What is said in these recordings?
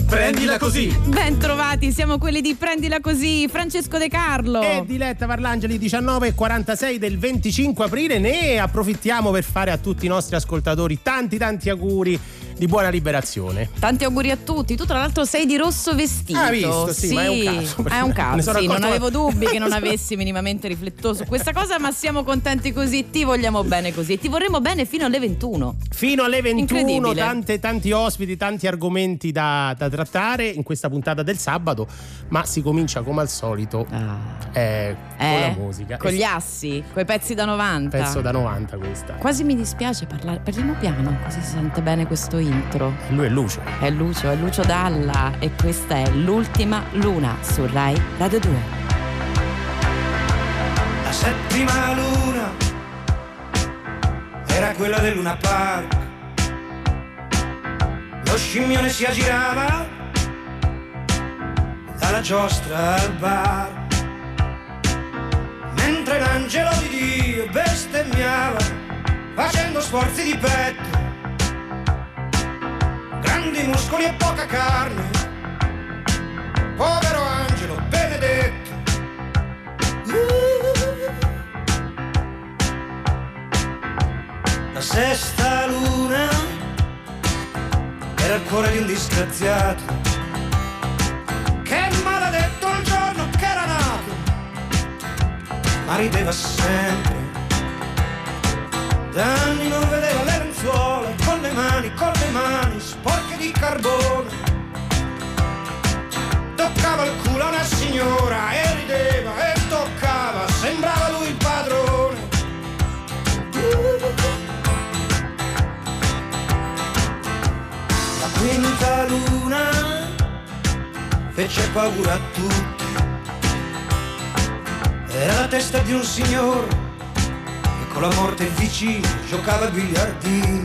Prendila così. Ben trovati, siamo quelli di Prendila così, Francesco De Carlo e Diletta Parlangeli. 19:46 del 25 aprile. Ne approfittiamo per fare a tutti i nostri ascoltatori tanti auguri di buona liberazione. Tanti auguri a tutti. Tu tra l'altro sei di rosso vestito. Ah, visto, sì, ma è un caso. È un caso, sì, non avevo dubbi che non so. avessi minimamente riflettuto su questa cosa, ma siamo contenti così, ti vogliamo bene così e ti vorremmo bene fino alle 21. Fino alle 21, Incredibile. tanti ospiti, tanti argomenti da trattare in questa puntata del sabato, ma si comincia come al solito con la musica. Con gli assi, coi pezzi da 90. Pezzo da 90 questa. Quasi mi dispiace parlare, parliamo piano, così si sente bene questo intro. Lui è Lucio. È Lucio Dalla e questa è L'ultima luna su Rai Radio 2. La settima luna era quella del Luna Park. Lo scimmione si aggirava dalla giostra al bar, mentre l'angelo di Dio bestemmiava facendo sforzi di petto, grandi muscoli e poca carne, povero angelo benedetto. La sesta luna era il cuore di un disgraziato che maledetto il giorno che era nato, ma rideva sempre. Da anni non vedeva le lenzuola con le mani sporche di carbone. Toccava il culo a una signora e rideva e toccava, sembrava lui il padrone. La quinta luna fece paura a tutti. Era la testa di un signore che con la morte vicino giocava a biliardini.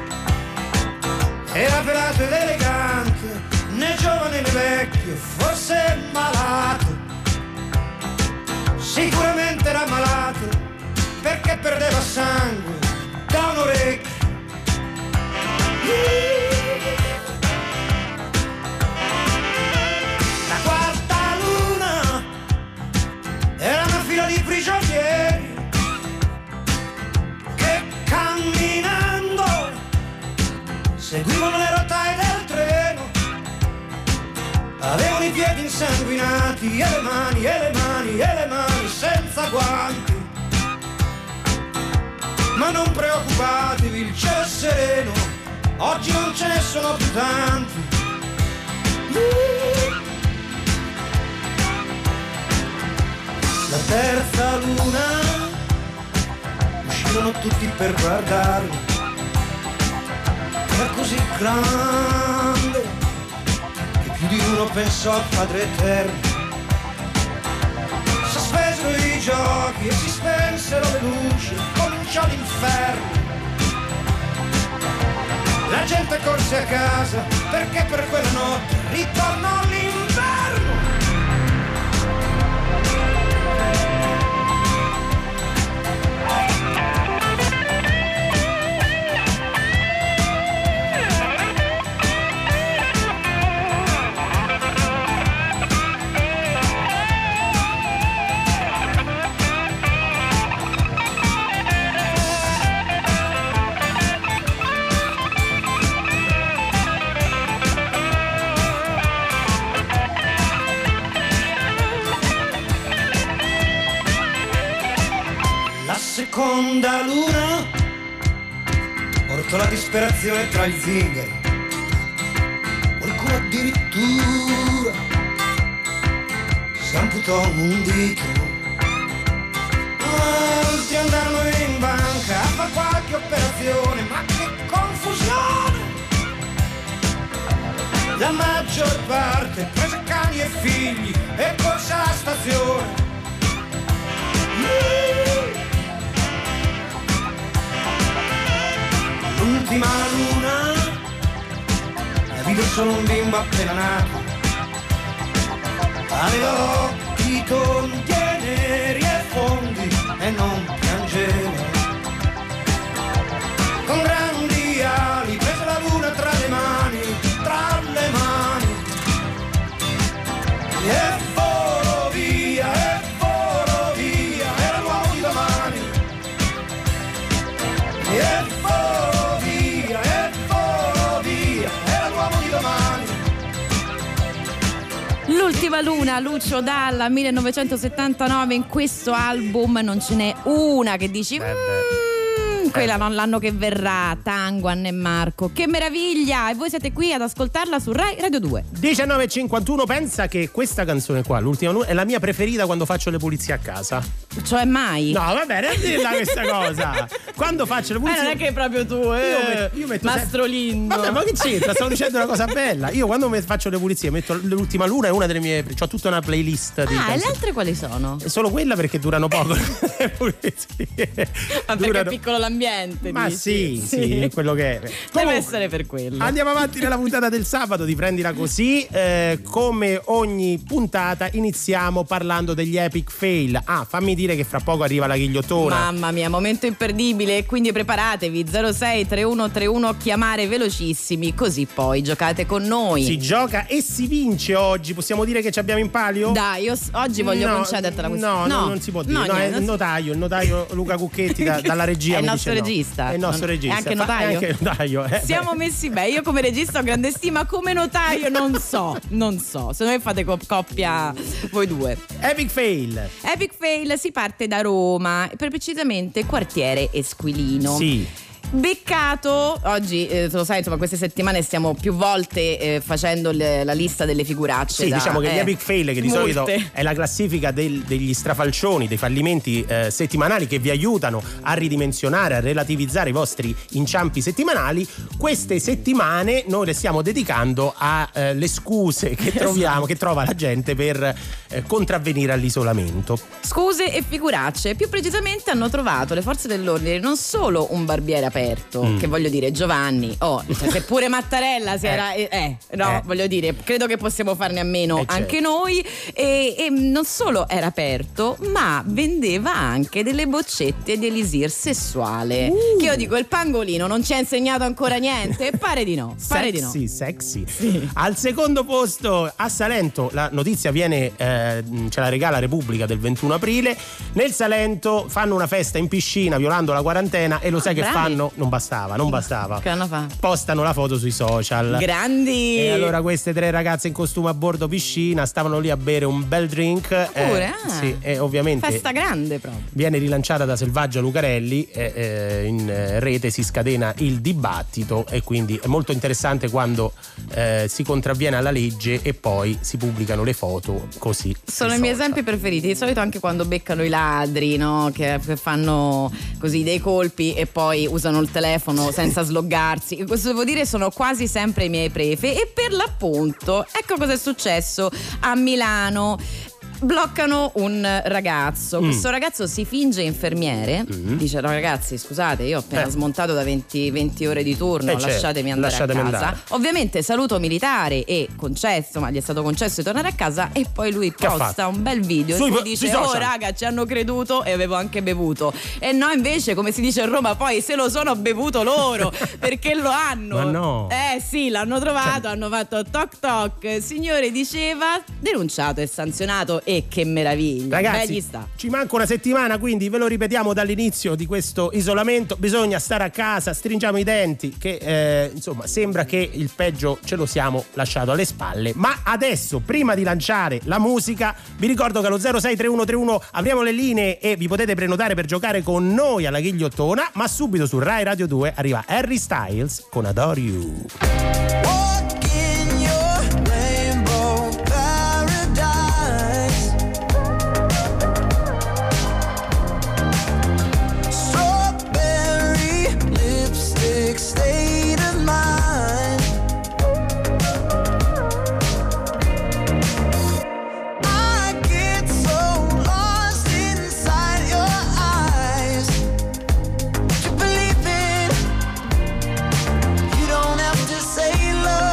Era pelato ed elegante, né giovane né vecchio, forse malato. Sicuramente era malato perché perdeva sangue da un orecchio. La quarta luna era una fila di prigionieri che camminando seguivano le rotaie del treno. Avevano i piedi insanguinati e le mani senza guanti. Ma non preoccupatevi, il cielo è sereno, oggi non ce ne sono più tanti. La terza luna uscirono tutti per guardarlo. Era così grande che più di uno pensò al Padre Eterno. Sospesero i giochi e si spensero le luci, cominciò l'inferno. La gente corse a casa perché per quella notte ritornò l'inverno. Seconda luna portò la disperazione tra gli zingari. Qualcuno addirittura si amputò un dito. Altri andarono in banca a fare qualche operazione, ma che confusione! La maggior parte prese cani e figli e corse alla stazione. L'ultima luna la vide solo un bimbo appena nato, aveva occhi tondi e neri e fondi e non piangeva. Con grandi ali prese la luna tra le mani, L'ultima luna, Lucio Dalla, 1979. In questo album non ce n'è una che dici quella non l'anno che verrà. Tango, Anna e Marco, che meraviglia! E voi siete qui ad ascoltarla su Rai Radio 2. 19:51. Pensa che questa canzone qua, l'ultima luna, è la mia preferita quando faccio le pulizie a casa. Cioè mai? No, vabbè, non dirla questa cosa. Quando faccio le pulizie, non è che proprio tu, io metto Mastro Lindo. Vabbè, ma che c'entra? Stavo dicendo una cosa bella. Io quando faccio le pulizie metto l'ultima luna, è una delle mie. C'ho tutta una playlist di e le altre quali sono? È solo quella perché durano poco le pulizie. Ma perché è piccolo l'ambiente? Ma dici? sì, è quello che è. Deve essere per quello. Andiamo avanti nella puntata del sabato di Prendila Così. Come ogni puntata iniziamo parlando degli epic fail. Fammi dire che fra poco arriva la ghigliottona. Mamma mia, momento imperdibile, quindi preparatevi. 06 31 31, chiamare velocissimi, così poi giocate con noi. Si gioca e si vince oggi. Possiamo dire che ci abbiamo in palio? Dai, io oggi voglio concedertela questa. No, non si può dire. No, è il notaio Luca Cucchetti dalla regia. È il nostro regista. È il nostro regista. È anche notaio. È anche notaio. Siamo messi bene. Io come regista ho grande stima, come notaio non so. Se noi fate coppia voi due. Epic fail. Epic fail, si parte da Roma, per precisamente quartiere Esquilino. Sì. Beccato oggi, lo sai, insomma, queste settimane stiamo più volte facendo la lista delle figuracce. Sì, diciamo che gli epic fail, che di molte. solito è la classifica degli strafalcioni, dei fallimenti settimanali che vi aiutano a ridimensionare, a relativizzare i vostri inciampi settimanali. Queste settimane noi le stiamo dedicando alle scuse che troviamo, che trova la gente per contravvenire all'isolamento. Scuse e figuracce. Più precisamente hanno trovato le forze dell'ordine non solo un barbiere aperto, che voglio dire, Giovanni, seppure Mattarella si era voglio dire, credo che possiamo farne a meno anche noi, e non solo era aperto, ma vendeva anche delle boccette di elisir sessuale, che io dico, il pangolino non ci ha insegnato ancora niente? Pare di no. Sexy. Sì. Al secondo posto a Salento, la notizia viene ce la regala Repubblica del 21 aprile. Nel Salento fanno una festa in piscina violando la quarantena, e lo sai che fanno? Non bastava. Che hanno fatto? Postano la foto sui social. Grandi! E allora queste 3 ragazze in costume a bordo piscina stavano lì a bere un bel drink. Pure? Sì, e ovviamente festa grande proprio. Viene rilanciata da Selvaggia Lucarelli, in rete si scatena il dibattito, e quindi è molto interessante quando si contravviene alla legge e poi si pubblicano le foto così. Sono i miei esempi preferiti. Di solito anche quando beccano i ladri, no? Che fanno così dei colpi e poi usano il telefono senza sloggarsi. Questo devo dire, sono quasi sempre i miei prefe. E per l'appunto, ecco cosa è successo a Milano. Bloccano un ragazzo. Questo ragazzo si finge infermiere. Dice: no, ragazzi, scusate, io ho appena smontato da 20 ore di turno, lasciatemi andare a casa. Ovviamente saluto militare e concesso, ma gli è stato concesso di tornare a casa. E poi lui posta un bel video e dice: raga, ci hanno creduto e avevo anche bevuto. E no, invece, come si dice a Roma, poi se lo sono bevuto loro perché lo hanno. Ma no. Sì, l'hanno trovato, hanno fatto toc toc. Signore, diceva, denunciato e sanzionato. E che meraviglia, ragazzi, ci manca una settimana, quindi ve lo ripetiamo dall'inizio di questo isolamento: bisogna stare a casa, stringiamo i denti, che insomma sembra che il peggio ce lo siamo lasciato alle spalle. Ma adesso, prima di lanciare la musica, vi ricordo che allo 063131 apriamo le linee e vi potete prenotare per giocare con noi alla ghigliottona. Ma subito su Rai Radio 2 arriva Harry Styles con Adore You. Say love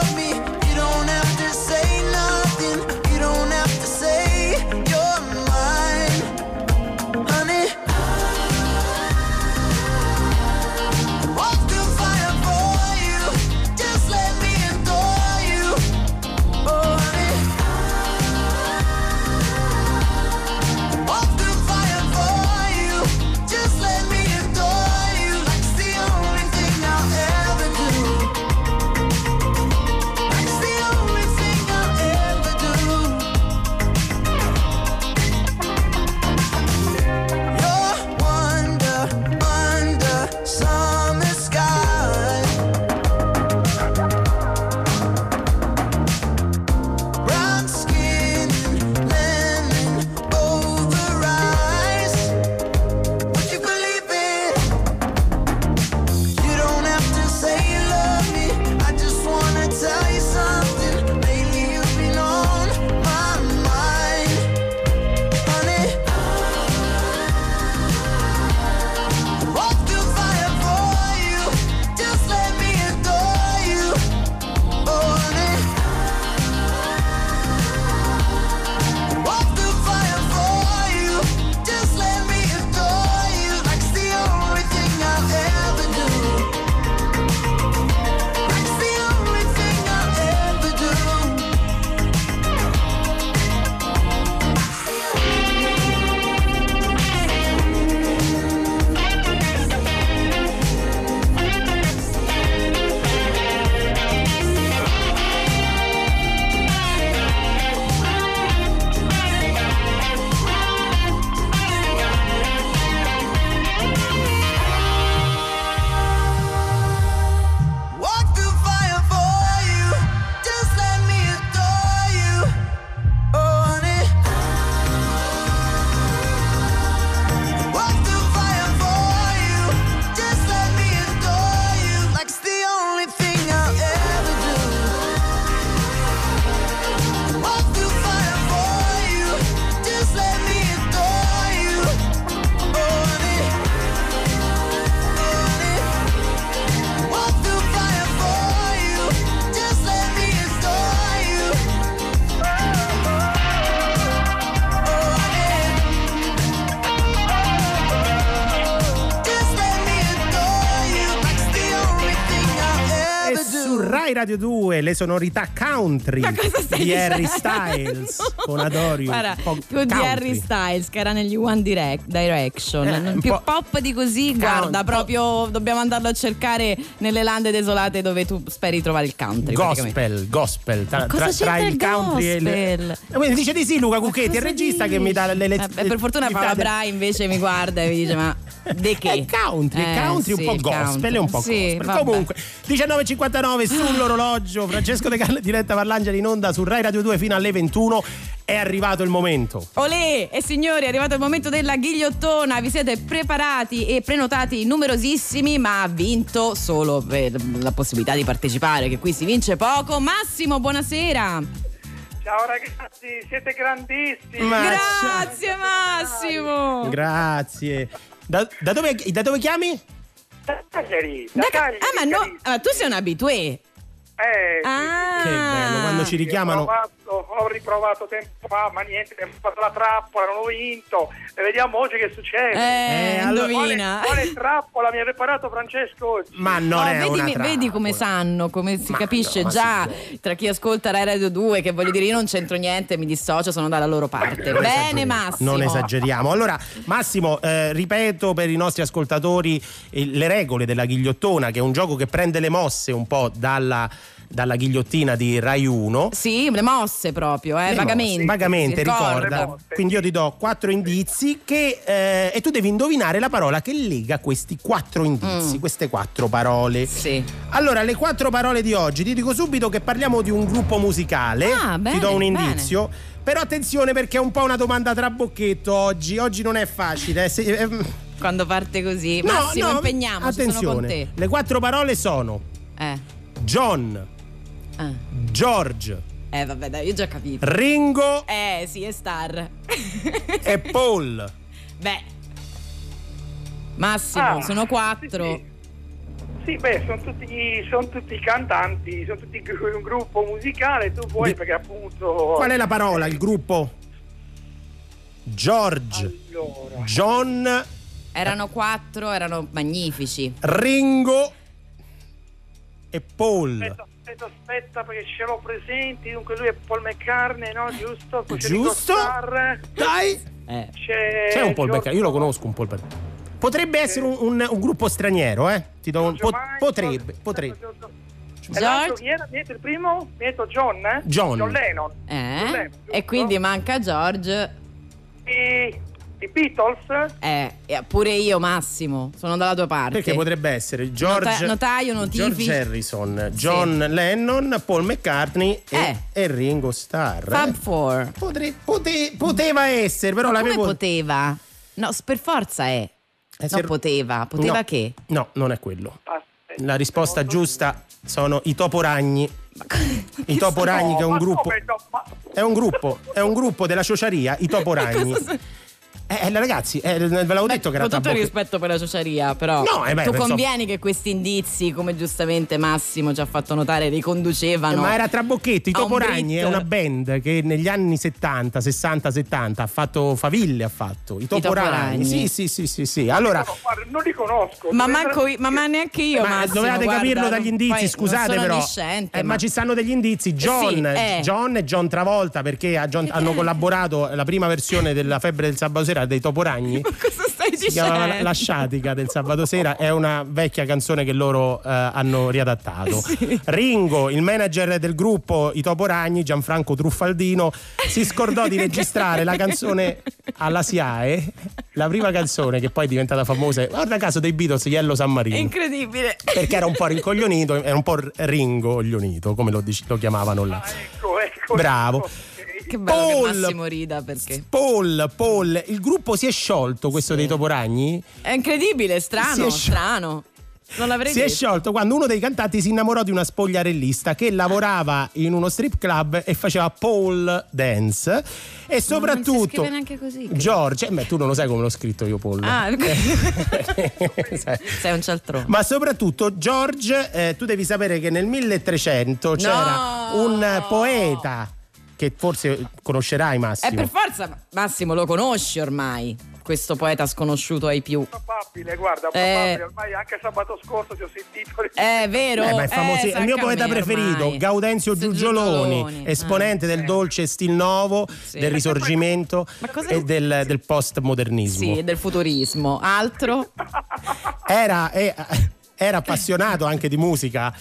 E su Rai Radio 2 le sonorità country di Harry Styles con Adoro You. Guarda, più di Harry Styles che era negli One Direction, più pop di così, guarda, proprio dobbiamo andarlo a cercare nelle lande desolate dove tu speri trovare il country. Gospel tra il country e il... Dice di sì Luca Cucchetti, il regista che mi dà le per fortuna Paola Bra invece mi guarda e mi dice ma de che? È country un po' gospel e un po' gospel. Comunque 19:59 sull'orologio. Francesco De Carlo e Diletta Parlangeli in onda su Rai Radio 2 fino alle 21. È arrivato il momento. Olè! E signori, è arrivato il momento della ghigliottona. Vi siete preparati e prenotati numerosissimi, ma ha vinto solo per la possibilità di partecipare, che qui si vince poco. Massimo, buonasera. Ciao ragazzi, siete grandissimi. Grazie Massimo. Grazie. Da dove chiami? Da Cagliari. Ma tu sei un habitué. Che bello, quando ci richiamano. Ho riprovato tempo fa, ma niente, abbiamo fatto la trappola, non ho vinto. E vediamo oggi che succede. Indovina. Quale trappola mi ha preparato Francesco oggi? Ma non è una trappola. Vedi come sanno, come si capisce già tra chi ascolta Rai Radio 2, che voglio dire, io non c'entro niente, mi dissocio, sono dalla loro parte. Bene Massimo. Non esageriamo. Allora Massimo, ripeto per i nostri ascoltatori le regole della ghigliottona, che è un gioco che prende le mosse un po' dalla ghigliottina di Rai 1. Sì, le mosse proprio, vagamente ricorda. Quindi io ti do 4 indizi e tu devi indovinare la parola che lega questi 4 indizi, queste 4 parole. Sì. Allora, le 4 parole di oggi, ti dico subito che parliamo di un gruppo musicale. Bene, ti do un indizio. Però attenzione, perché è un po' una domanda trabocchetto oggi. Oggi non è facile. Quando parte così. Massimo, impegniamoci, attenzione. sono con te. Le 4 parole sono John, George, vabbè dai, io ho già capito. Ringo, sì, è Star. e Paul. Beh, Massimo, sono 4. Sì, beh, sono tutti cantanti, sono tutti un gruppo musicale, tu vuoi perché appunto... Qual è la parola, il gruppo? George, allora. John, erano 4, erano magnifici. Ringo e Paul. Aspetta perché ce l'ho presenti. Dunque lui è Paul McCartney, no? Giusto? Poi Giusto? Dai. C'è un Paul McCartney, io lo conosco un Paul McCartney. Potrebbe essere un gruppo straniero, Ti do potrebbe. George. Chi era? Niente, il primo? Niente, John Lennon. E quindi manca George. I Beatles? Pure io Massimo, sono dalla tua parte. Perché potrebbe essere George notaio, notifici. George Harrison, John Lennon, Paul McCartney e Ringo Starr. Fab Four. Poteva essere, però ma l'avevo... come poteva? No, per forza è. Poteva no, che? No, non è quello. La risposta giusta sono i Toporagni. I Toporagni, che è un gruppo. È un gruppo della ciociaria, i Toporagni. Ragazzi, ve l'avevo detto che era con tutto il rispetto per la ciociaria, però tu convieni che questi indizi, come giustamente Massimo ci ha fatto notare, riconducevano ma era Trabocchetto. I Toporagni è una band che negli anni 70, 60, 70 ha fatto faville, i Toporagni. Sì. Allora non li conosco. Ma neanche io, Massimo. Dovevate capirlo dagli indizi, scusate, però. Ma ci stanno degli indizi. John e John Travolta, perché hanno collaborato la prima versione della Febbre del sabato sera dei Toporagni. Ma cosa stai dicendo? Si chiamava La Sciatica del sabato sera, è una vecchia canzone che loro hanno riadattato. Ringo, il manager del gruppo I Toporagni, Gianfranco Truffaldino, si scordò di registrare la canzone alla SIAE, la prima canzone che poi è diventata famosa, guarda caso, dei Beatles, Yellow Submarine. È incredibile, perché era un po' rincoglionito, era un po' ringoglionito, come lo chiamavano là. Ecco. Bravo. Che bello che Massimo rida, perché Paul, il gruppo si è sciolto, questo dei Toporagni. È incredibile, strano. Non l'avrei detto. Si è sciolto quando uno dei cantanti si innamorò di una spogliarellista che lavorava in uno strip club e faceva pole dance. E soprattutto non si scrive neanche così, George, tu non lo sai come l'ho scritto io, Paul. Sei un cialtrone. Ma soprattutto George, tu devi sapere che nel 1300 c'era un poeta che forse conoscerai, Massimo. Per forza Massimo lo conosci ormai. questo poeta sconosciuto ai più. Probabile, guarda, probabile. Ormai anche sabato scorso ti ho sentito. È vero. Ma è il mio poeta preferito, ormai. Gaudenzio Giugioloni, esponente del dolce stil nuovo, del risorgimento e del postmodernismo. Sì, e del futurismo. Altro? Era appassionato anche di musica,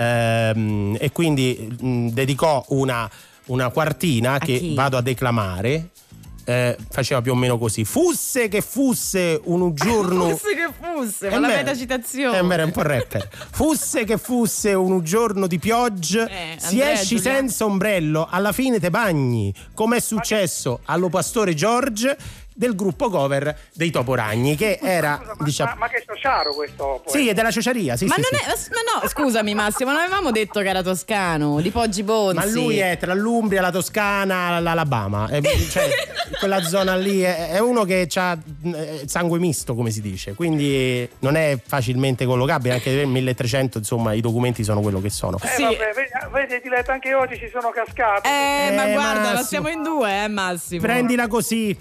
e quindi dedicò una quartina che vado a declamare. Faceva più o meno così: fusse che fusse un giorno. Fusse che fusse, ma la meta citazione. Era un po' rapper. Fusse che fusse un giorno di pioggia, si esci senza ombrello, alla fine te bagni, come è successo allo pastore George del gruppo cover dei Toporagni, che era ma che sociaro questo poeta? Sì, è della ciociaria, sì. Ma sì, non sì. ma no, scusami Massimo, non avevamo detto che era toscano, di Poggi Bonzi. Ma lui è tra l'Umbria, la Toscana, l'Alabama, cioè quella zona lì è uno che ha sangue misto, come si dice, quindi non è facilmente collocabile, anche nel 1300 insomma i documenti sono quello che sono. Sì. Vabbè, vedi Diletta, anche oggi ci sono cascati. Ma guarda, Massimo, ma siamo in due, Massimo. Prendila così.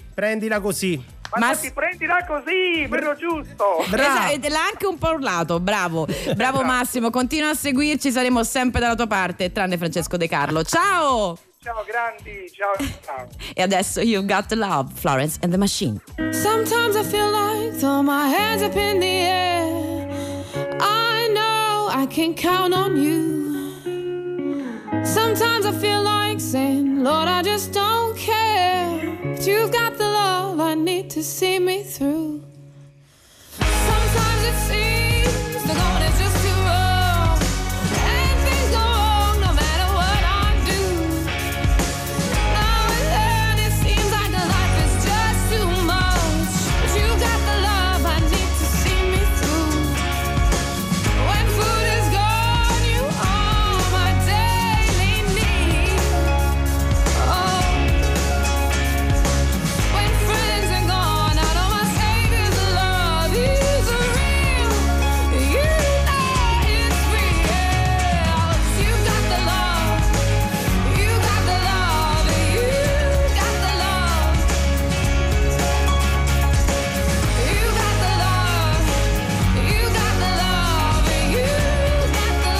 Ma ti prendila così, quello giusto. Bravo. Ed l'ha anche un po' urlato, bravo Massimo, continua a seguirci, saremo sempre dalla tua parte, tranne Francesco De Carlo. Ciao! Ciao grandi, ciao. E adesso You've Got to Love, Florence and the Machine. Sometimes I feel like throw my hands up in the air. I know I can count on you. Sometimes I feel like saying, Lord, I just don't care. But you've got the love I need to see me through. Sometimes it seems the going is just too wrong, and things go wrong no matter what I do. Now and then it seems like the life is just too much, but you've got the love I need to see me through. When food is gone, you are my daily need. Oh, when friends are gone, I know my Savior's love is real. You know it's real. You got the love. You got the love. You got the love. You got the love. You got the love. You got the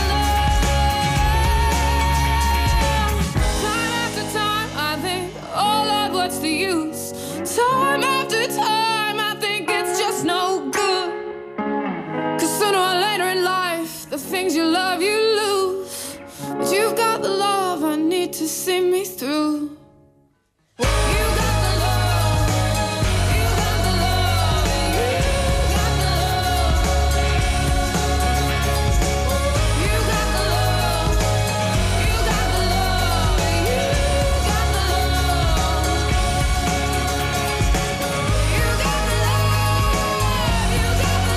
love. Time after time, I think, oh Lord, what's the use? Time after time, I think it's just no good. 'Cause sooner or later in life, the things you love, you lose. But you've got the love I need to see me through. You got the love. You got the love. You got the love. You got the love. You got the love. You got the love. You got the love. You got the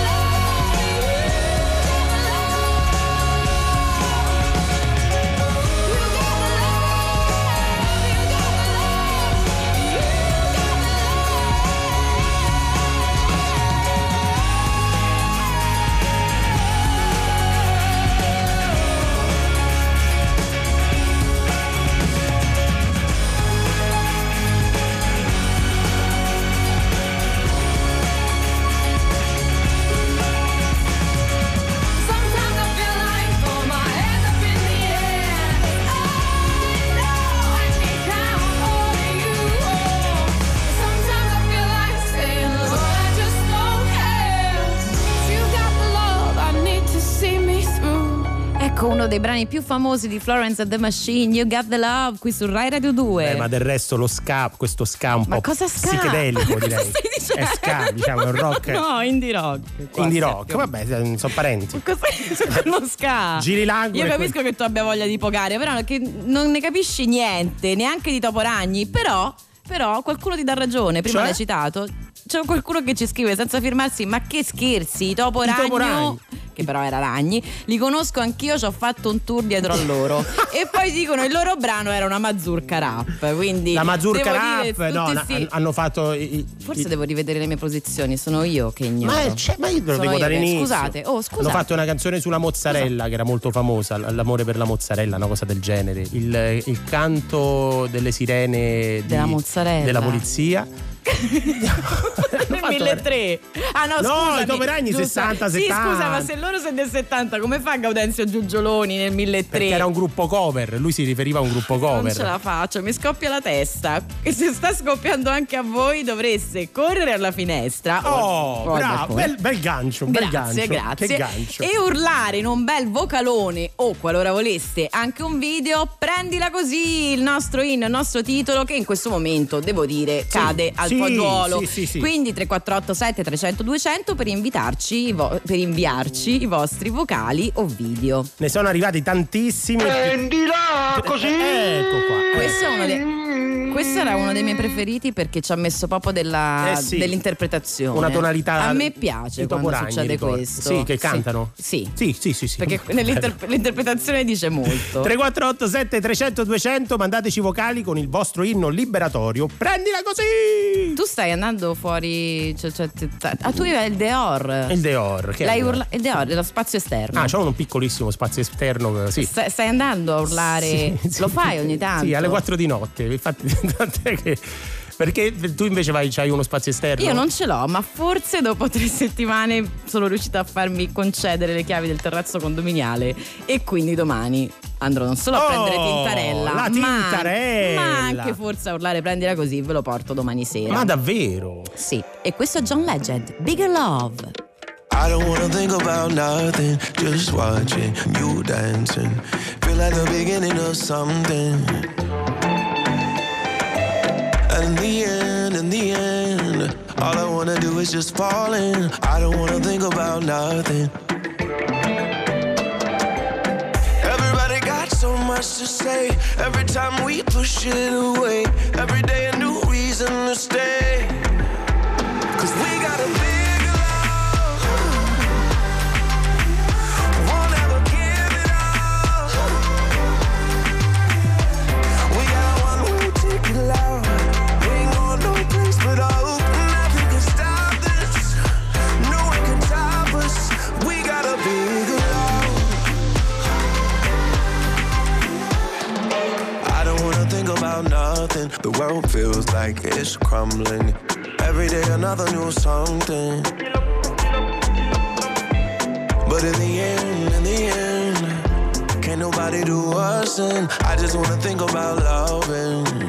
Sometimes I feel like throw my hands up in the air. I know I can count on you. Sometimes I feel like saying, Lord, I just don't care. You got the love I need to see me through. Ecco uno dei brani più famosi di Florence and the Machine, You Got the Love, qui su Rai Radio 2. Ma del resto questo ska un Ma po' cosa ska? psichedelico, Cosa direi. stai dicendo? È ska, diciamo, è un rock. No, indie rock. Indie rock, vabbè, sono parenti. Cos'è lo ska? Giri Lango Io e capisco che tu abbia voglia di pogare, però che non ne capisci niente, neanche di Toporagni, però qualcuno ti dà ragione, prima Cioè? l'hai citato. C'è qualcuno che ci scrive senza firmarsi: ma che scherzi, i Toporagno, che però era Ragni, li conosco anch'io, ci ho fatto un tour dietro a loro. E poi dicono il loro brano era una mazurka rap, quindi la mazurka devo rap, dire, no, sì. hanno fatto Forse devo rivedere le mie posizioni, sono io che ignoro. ma io te lo Sono dico io dall'inizio. Scusate. Hanno fatto una canzone sulla mozzarella che era molto famosa, l'amore per la mozzarella, una cosa del genere. Il canto delle sirene della mozzarella, della polizia. Nel 1300. Ah no, scusami, i Tomeragni giusto. 60, sì, 70. Scusa, ma se loro sono del 70, come fa Gaudenzio Giugioloni nel 1300? Perché era un gruppo cover, lui si riferiva a un gruppo cover. Non ce la faccio, mi scoppia la testa. E se sta scoppiando anche a voi, dovreste correre alla finestra. Bravo, bel gancio, Grazie. Che gancio. E urlare in un bel vocalone o, qualora voleste, anche un video, prendila così, il nostro inno, il nostro titolo, che in questo momento, devo dire, cade al fagiolo. Sì. Quindi 3487 300 200 per invitarci per inviarci i vostri vocali o video. Ne sono arrivati tantissimi. Prendila così. Ecco qua. Questo era uno dei miei preferiti perché ci ha messo proprio dell'interpretazione. Una tonalità. A me piace quando succede questo. Sì, che cantano. Sì. Sì. Perché l'interpretazione dice molto. 3487 300 200, mandateci vocali con il vostro inno liberatorio. Prendila così. Tu stai andando fuori, tu hai il Deor. Il Deor, che il Deor, lo spazio esterno. Ah, c'è un piccolissimo spazio esterno, sì. Stai andando a urlare. Sì. Lo fai ogni tanto? Sì, alle 4 di notte. Infatti, tant'è che. Perché tu invece c'hai uno spazio esterno? Io non ce l'ho, ma forse dopo 3 settimane sono riuscita a farmi concedere le chiavi del terrazzo condominiale e quindi domani andrò non solo a prendere tintarella, ma anche forse a urlare prendila così, ve lo porto domani sera. Ma davvero? Sì, e questo è John Legend, Bigger Love. I don't wanna think about nothing, just watching you dancing. Feel like the beginning of something. And in the end, all I wanna do is just fall in. I don't wanna think about nothing. Everybody got so much to say. Every time we push it away. Every day a new reason to stay. 'Cause we got a big love. Won't ever give it up. We got one way ticket loud. But nothing can stop this. No one can stop us. We got a big love. I don't wanna think about nothing. The world feels like it's crumbling. Every day another new something. But in the end, can't nobody do us in. I just wanna think about loving.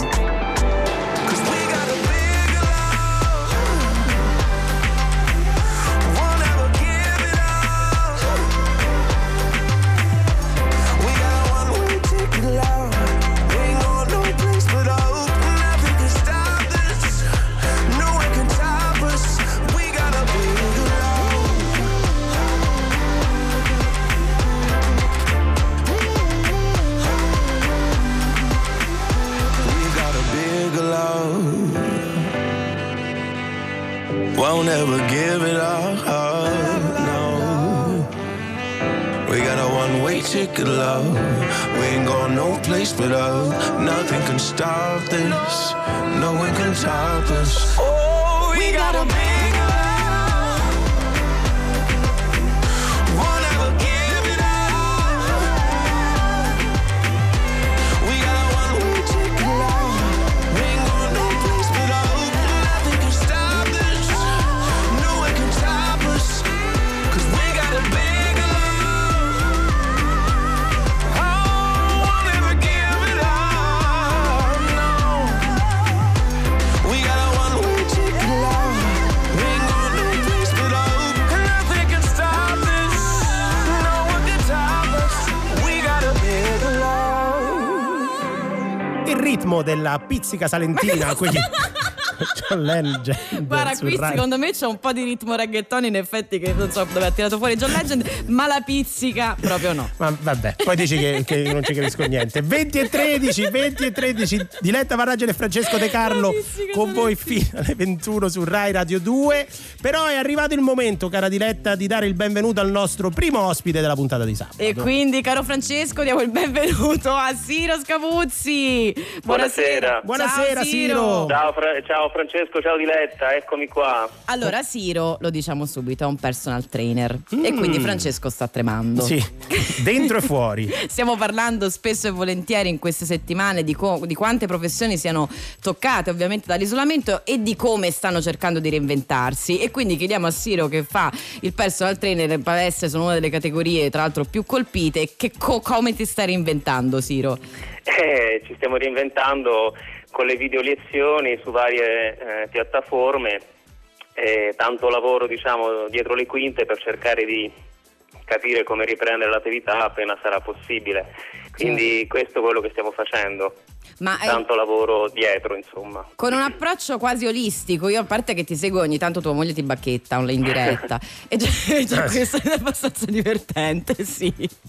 Won't ever give it up, no. We got a one-way ticket, love. We ain't going no place but up. Nothing can stop this. No one can stop us. Oh, we got a big love. Won't ever give it up. We got a one-way ticket, love. We ain't going no place but up. Nothing can stop this. No one can stop us. 'Cause we got a big love. Oh, won't ever give it up, no. We got a one-way ticket, love. We ain't going no place but up. Nothing can stop this. No one can stop us. We got a big love. Il ritmo della pizzica salentina, quindi John Legend. Guarda, qui secondo me c'è un po' di ritmo reggaeton, in effetti, che non so dove ha tirato fuori John Legend, ma la pizzica proprio no. Ma vabbè, poi dici che non ci capisco niente. 20:13, Diletta Varragel e Francesco De Carlo con voi fino alle 21 su Rai Radio 2. Però è arrivato il momento, cara Diletta, di dare il benvenuto al nostro primo ospite della puntata di sabato. E quindi, caro Francesco, diamo il benvenuto a Siro Scavuzzi. Buonasera. Buonasera, Ciao, Siro. Ciao Ciao Francesco, ciao Diletta, eccomi qua. Allora, Siro, lo diciamo subito, è un personal trainer e quindi Francesco sta tremando. Sì, dentro e fuori. Stiamo parlando spesso e volentieri in queste settimane di quante professioni siano toccate ovviamente dall'isolamento e di come stanno cercando di reinventarsi, e quindi chiediamo a Siro, che fa il personal trainer in palestre, sono una delle categorie tra l'altro più colpite, che come ti stai reinventando, Siro? Ci stiamo reinventando con le video lezioni su varie piattaforme, tanto lavoro diciamo dietro le quinte per cercare di capire come riprendere l'attività appena sarà possibile, quindi questo è quello che stiamo facendo. Ma tanto lavoro dietro, insomma, con un approccio quasi olistico. Io, a parte che ti seguo, ogni tanto tua moglie ti bacchetta in diretta e già questo è abbastanza divertente, sì.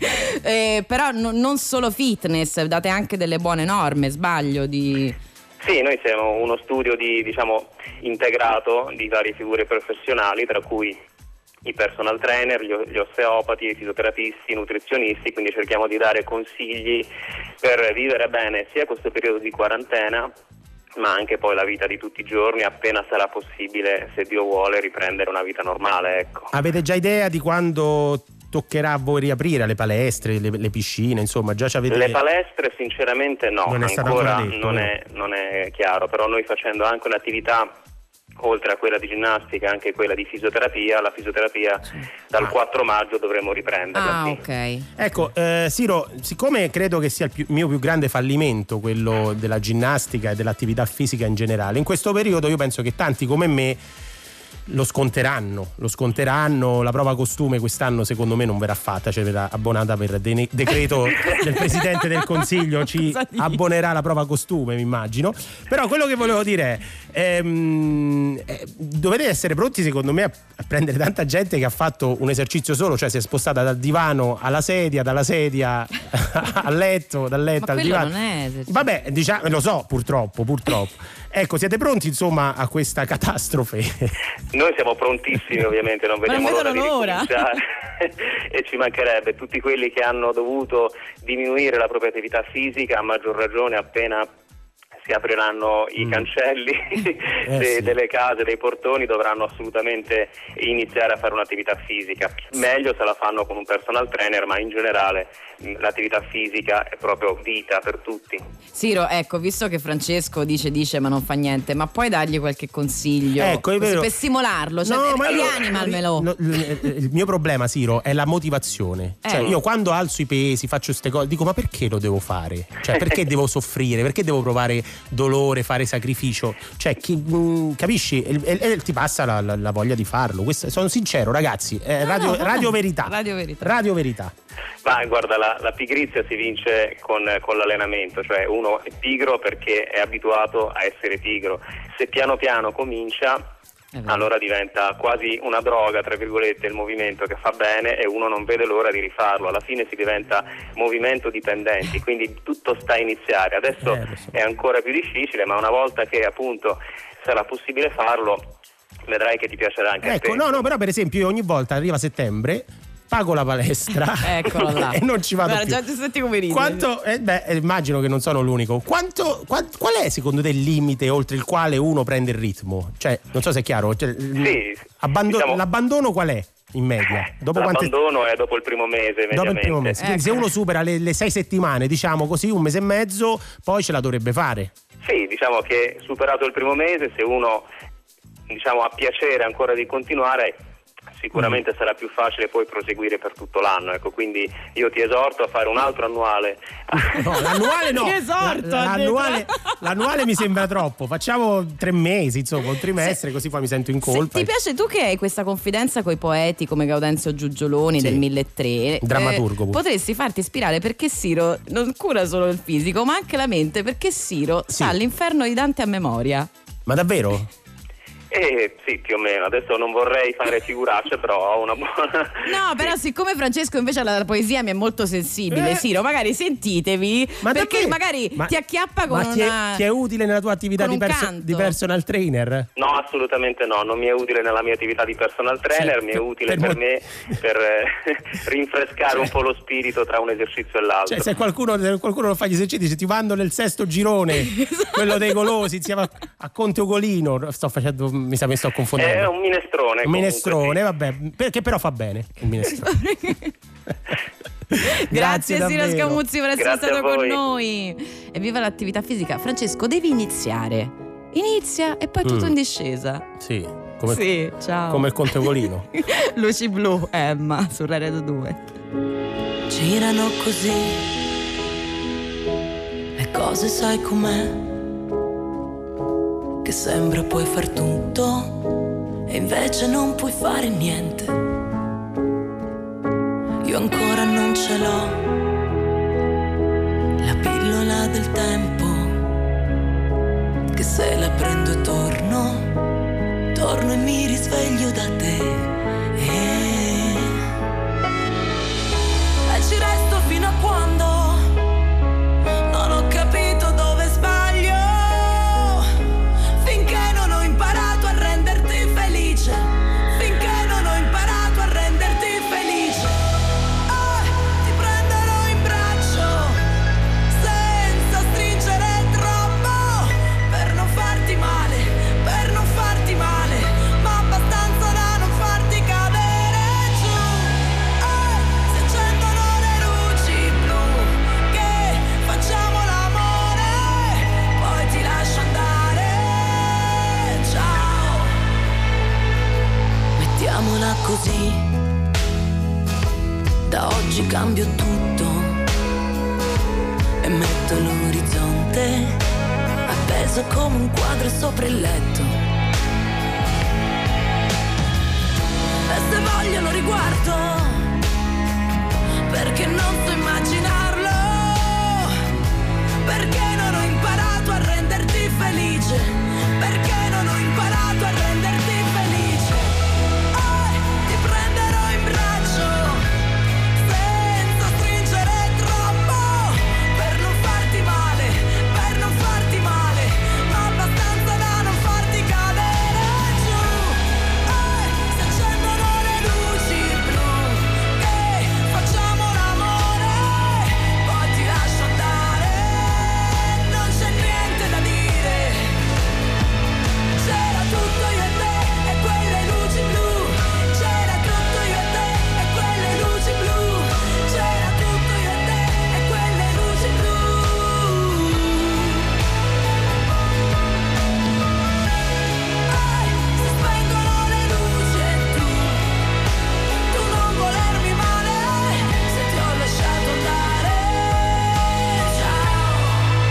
Però non solo fitness, date anche delle buone norme, sbaglio? Sì, noi siamo uno studio diciamo integrato di varie figure professionali, tra cui i personal trainer, gli osteopati, i fisioterapisti, i nutrizionisti, quindi cerchiamo di dare consigli per vivere bene sia questo periodo di quarantena, ma anche poi la vita di tutti i giorni, appena sarà possibile, se Dio vuole, riprendere una vita normale, ecco. Avete già idea di quando toccherà a voi riaprire le palestre, le piscine, insomma, già ci avete... Le palestre sinceramente no, non è ancora detto, non è chiaro, però noi facendo anche un'attività oltre a quella di ginnastica, anche quella di fisioterapia, la fisioterapia dal 4 maggio dovremo riprenderla. Ah, ok. Ecco, Siro, siccome credo che sia il mio più grande fallimento quello della ginnastica e dell'attività fisica in generale, in questo periodo io penso che tanti come me lo sconteranno. La prova costume quest'anno secondo me non verrà fatta, cioè verrà abbonata per decreto del Presidente del Consiglio, ci abbonerà la prova costume, mi immagino. Però quello che volevo dire è dovete essere pronti secondo me a prendere tanta gente che ha fatto un esercizio solo, cioè si è spostata dal divano alla sedia, dalla sedia al letto, dal letto al divano. Non è esercizio. Vabbè, diciamo, lo so, purtroppo. Ecco, siete pronti insomma a questa catastrofe? Noi siamo prontissimi, ovviamente, non vediamo l'ora di ricominciare e ci mancherebbe. Tutti quelli che hanno dovuto diminuire la propria attività fisica, a maggior ragione appena si apriranno i cancelli delle case, dei portoni, dovranno assolutamente iniziare a fare un'attività fisica. Meglio se la fanno con un personal trainer, ma in generale l'attività fisica è proprio vita per tutti. Siro, ecco, visto che Francesco dice ma non fa niente, ma puoi dargli qualche consiglio, ecco, è vero, per stimolarlo? Cioè, rianimamelo. Il mio problema, Siro, è la motivazione. Cioè, io quando alzo i pesi, faccio queste cose, dico ma perché lo devo fare? Cioè, perché devo soffrire? Perché devo provare dolore, fare sacrificio? Cioè, capisci? E ti passa la voglia di farlo. Sono sincero, ragazzi. Radio Verità. Radio Verità. Ma guarda, la pigrizia si vince con l'allenamento, cioè uno è pigro perché è abituato a essere pigro. Se piano piano comincia, allora diventa quasi una droga, tra virgolette, il movimento che fa bene e uno non vede l'ora di rifarlo. Alla fine si diventa movimento dipendenti, quindi tutto sta a iniziare. Adesso è ancora più difficile, ma una volta che appunto sarà possibile farlo, vedrai che ti piacerà anche a te. No, però per esempio io ogni volta arriva settembre, pago la palestra eccolo là. e non ci vado più. Già ti senti come ridi. Quanto, immagino che non sono l'unico. Qual è secondo te il limite oltre il quale uno prende il ritmo? Cioè, non so se è chiaro. Cioè, l'abbandono qual è in media? L'abbandono è dopo il primo mese, dopo il primo mese. Quindi se uno supera le 6 settimane, diciamo così, un mese e mezzo, poi ce la dovrebbe fare. Sì, diciamo che superato il primo mese, se uno ha piacere ancora di continuare, sicuramente sarà più facile poi proseguire per tutto l'anno, ecco, quindi io ti esorto a fare un altro annuale. No, l'annuale no. Ti esorto, l'annuale mi sembra troppo. Facciamo 3 mesi, insomma, un trimestre, così poi mi sento in colpa. Ti piace, tu che hai questa confidenza coi poeti come Gaudenzio Giugioloni del 1300, drammaturgo, potresti farti ispirare, perché Siro non cura solo il fisico ma anche la mente, perché Siro sa l'inferno di Dante a memoria. Ma davvero? Sì, più o meno. Adesso non vorrei fare figuracce, però ho una buona... No, però siccome Francesco invece alla poesia mi è molto sensibile, Siro, magari sentitevi, perché magari ti acchiappa con ti è utile nella tua attività di personal trainer? No, assolutamente no, non mi è utile nella mia attività di personal trainer, mi è utile per me per rinfrescare un po' lo spirito tra un esercizio e l'altro. Cioè, se qualcuno lo fa gli esercizi, ti mando nel sesto girone, quello dei golosi insieme a Conte Ugolino, mi sa che sto confondendo. È un minestrone. Un minestrone, sì. Vabbè, perché però fa bene il minestrone. Grazie Siro Scamuzzi per essere Grazie stato con noi. E viva l'attività fisica. Francesco, devi iniziare. Inizia e poi tutto in discesa. Sì, ciao. come il Conte Ugolino. Luci blu, Emma, su Rai Radio 2. Girano così le cose, sai com'è? Che sembra puoi far tutto e invece non puoi fare niente. Io ancora non ce l'ho, la pillola del tempo, che se la prendo e torno e mi risveglio da te. E ci resto fino a quando non ho capito dove sbaglio, finché non ho imparato a renderti felice, finché non ho imparato a renderti felice. Ti prenderò in braccio senza stringere troppo, per non farti male, ma abbastanza da non farti cadere giù. Si accendono le luci blu, che facciamo l'amore, poi ti lascio andare. Ciao, mettiamola così, da oggi cambio tutto e metto l'orizzonte appeso come un quadro sopra il letto. E se voglio lo riguardo, perché non so immaginarlo, perché non ho imparato a renderti felice, perché non ho imparato a renderti felice. Ti prenderò in braccio senza stringere troppo, per non farti male, ma abbastanza da non farti cadere giù. Si accendono le luci blu, che facciamo l'amore, poi ti lascio andare. Non c'è niente da dire, c'era tutto io e te e quelle luci blu, c'era tutto io e te e quelle luci blu, c'era tutto io e te e quelle luci blu. Si spengono le luci e tu non volermi male, se ti ho lasciato andare. Ciao,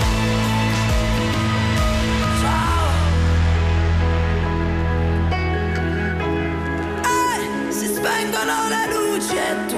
si spengono le luci e tu.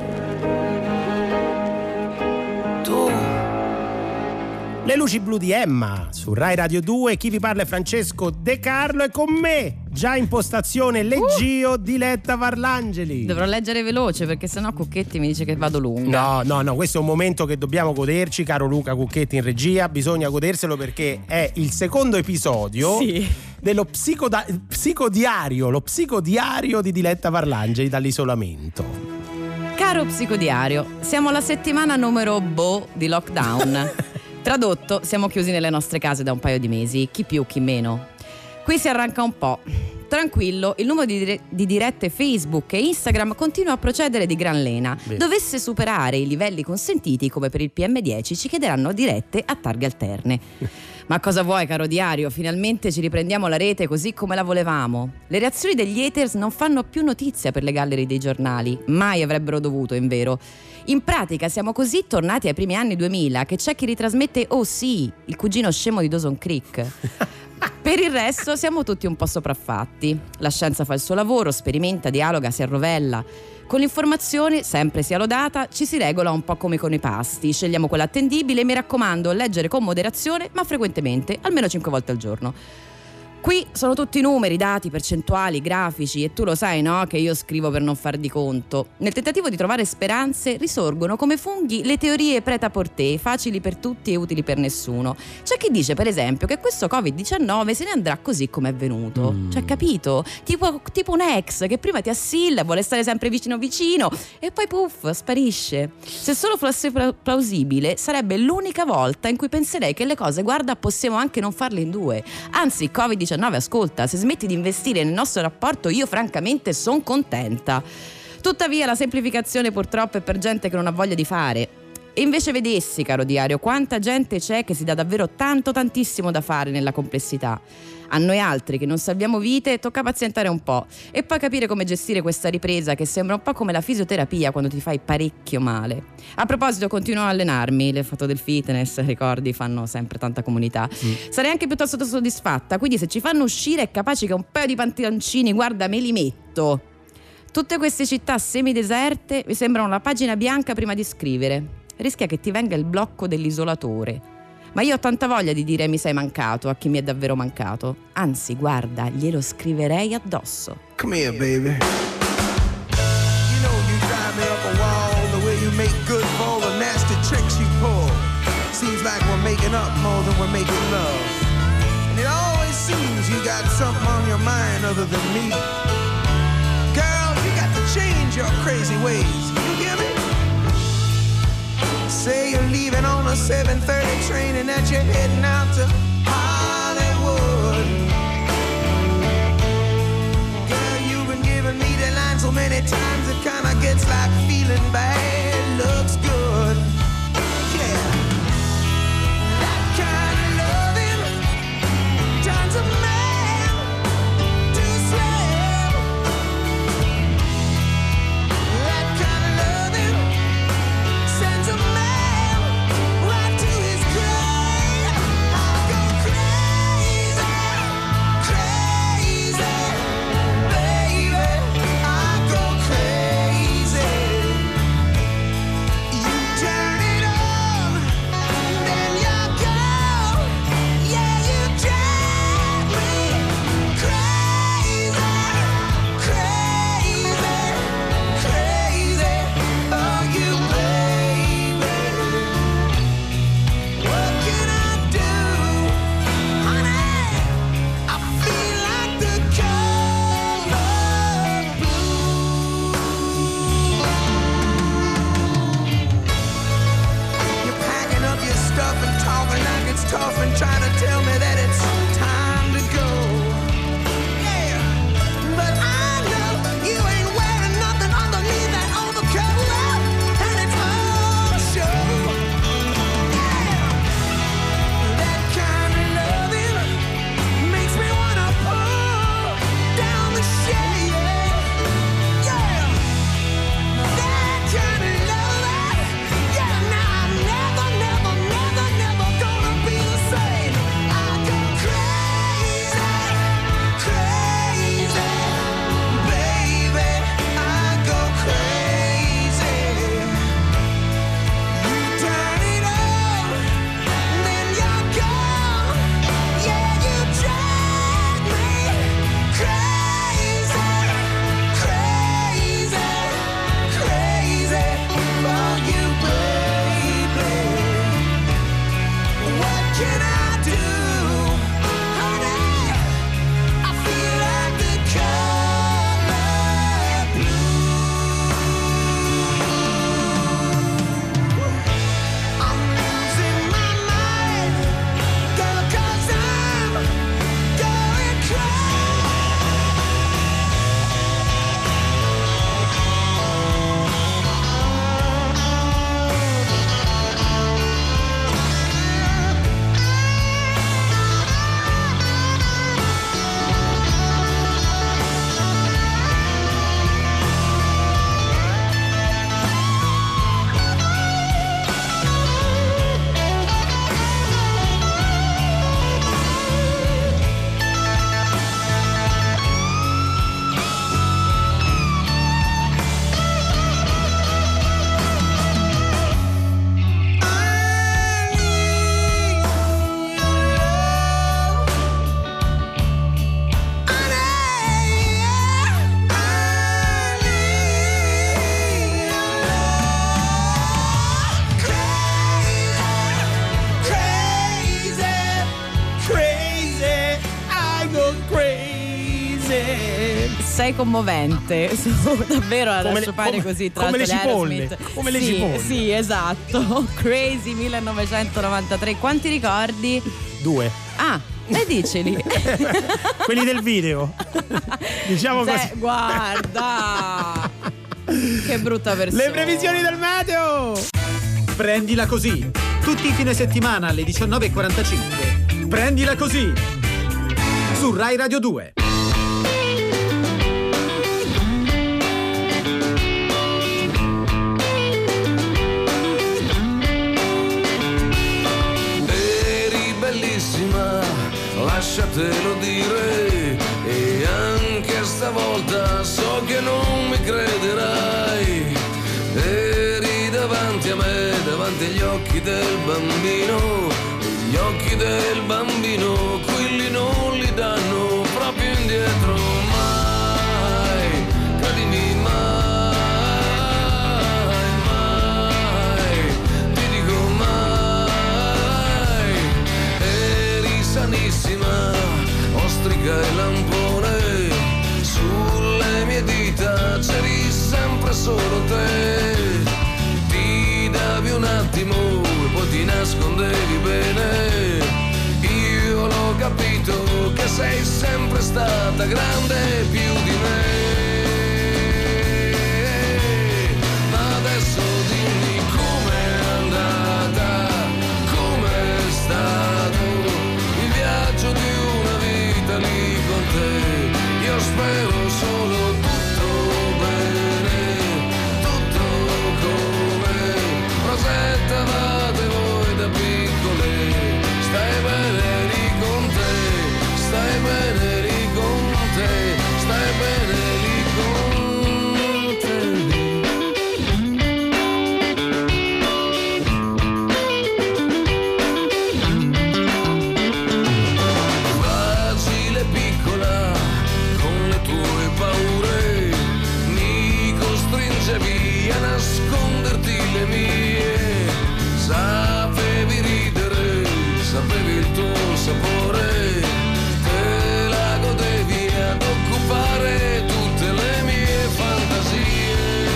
Le luci blu di Emma su Rai Radio 2. Chi vi parla è Francesco De Carlo e con me già in postazione Leggio Diletta Parlangeli. Dovrò leggere veloce perché sennò Cucchetti mi dice che vado lunga. No, questo è un momento che dobbiamo goderci, caro Luca Cucchetti in regia, bisogna goderselo perché è il secondo episodio dello psicodiario, lo psicodiario di Diletta Parlangeli dall'isolamento. Caro psicodiario, siamo alla settimana numero di lockdown. Tradotto, siamo chiusi nelle nostre case da un paio di mesi, chi più chi meno. Qui si arranca un po'. Tranquillo, il numero di dirette Facebook e Instagram continua a procedere di gran lena. Dovesse superare i livelli consentiti come per il PM10 ci chiederanno dirette a targhe alterne. Ma cosa vuoi, caro diario? Finalmente ci riprendiamo la rete così come la volevamo. Le reazioni degli haters non fanno più notizia per le gallerie dei giornali. Mai avrebbero dovuto, invero. In pratica siamo così tornati ai primi anni 2000 che c'è chi ritrasmette "Oh sì, il cugino scemo di Dawson Creek". Per il resto siamo tutti un po' sopraffatti. La scienza fa il suo lavoro, sperimenta, dialoga, si arrovella. Con l'informazione, sempre sia lodata, ci si regola un po' come con i pasti. Scegliamo quella attendibile e mi raccomando, leggere con moderazione, ma frequentemente, almeno 5 volte al giorno. Qui sono tutti numeri, dati, percentuali, grafici e tu lo sai, no? Che io scrivo per non far di conto. Nel tentativo di trovare speranze risorgono come funghi le teorie prêt-à-porter, facili per tutti e utili per nessuno. C'è chi dice per esempio che questo Covid-19 se ne andrà così come è venuto. Cioè, capito? Tipo un ex che prima ti assilla, vuole stare sempre vicino vicino e poi puff, sparisce. Se solo fosse plausibile sarebbe l'unica volta in cui penserei che le cose, guarda, possiamo anche non farle in due. Anzi, Covid-19, ascolta, se smetti di investire nel nostro rapporto io francamente sono contenta. Tuttavia la semplificazione purtroppo è per gente che non ha voglia di fare. E invece vedessi, caro diario, quanta gente c'è che si dà davvero tantissimo da fare nella complessità. A noi altri che non salviamo vite tocca pazientare un po' e poi capire come gestire questa ripresa che sembra un po' come la fisioterapia quando ti fai parecchio male. A proposito, continuo a allenarmi, le foto del fitness, ricordi, fanno sempre tanta comunità. Sarei anche piuttosto soddisfatta, quindi se ci fanno uscire è capace che un paio di pantaloncini, guarda, me li metto. Tutte queste città semideserte mi sembrano la pagina bianca prima di scrivere. Rischia che ti venga il blocco dell'isolatore. Ma io ho tanta voglia di dire mi sei mancato a chi mi è davvero mancato. Anzi, guarda, glielo scriverei addosso. Come here, baby. You know you drive me up a wall, the way you make good for all the nasty tricks you pull. Seems like we're making up more than we're making love. And it always seems you got something on your mind other than me. Girl, you got to change your crazy ways. You hear me? Say you're leaving on a 7:30 train and that you're heading out to Hollywood. Girl, you've been giving me the line so many times it kinda gets like feeling bad looks good. Yeah, that kind of loving turns a man to a slave. That kind of loving sends a man right to his grave. I go crazy, crazy, baby. I go crazy. You turn it on, then you go. Yeah, you drive me crazy, crazy, crazy. Oh, you baby. What can I do, honey? I feel like the color blue. You're packing up your stuff and talking like it's tough and trying to tell me that it's time to go. Yeah, but I know you ain't wearing nothing underneath that overcoat, and it's all show. That kind of loving makes me wanna pull down the shade. Yeah, that kind of loving. Yeah, now I'm never, never, never, never gonna be the same. I go crazy. sei commovente. Davvero a lascio fare così tra come le l'altro cipolle. Come le cipolle. Sì, esatto. Crazy 1993. Quanti ricordi? 2. Ah, diceli. Quelli del video. Diciamo così. Guarda. Che brutta persona. Le previsioni del meteo. Prendila così. Tutti i fine settimana alle 19:45. Prendila così. Su Rai Radio 2. Eri bellissima, lasciatelo dire, e anche stavolta so che non mi crederai. Eri davanti a me, davanti agli occhi del bambino, e gli occhi del bambino quelli non li danno proprio indietro mai. Credimi mai, mai, ti dico mai. Eri sanissima, ostrica e lampone, sulle mie dita c'eri sempre solo te. Ti davi un attimo e poi ti nascondevi bene. Io l'ho capito che sei sempre stata grande più di me. Ma adesso dimmi com'è andata, com'è stato il viaggio di una vita lì con te. Io spero solo tutto bene, tutto come prosettavate voi da piccole. Stai bene lì con te, stai bene lì con te, stai bene lì con te. Fragile piccola, con le tue paure, mi costringevi a nasconderti le mie. Sapevi ridere, sapevi il tuo sapore, te la godevi ad occupare tutte le mie fantasie.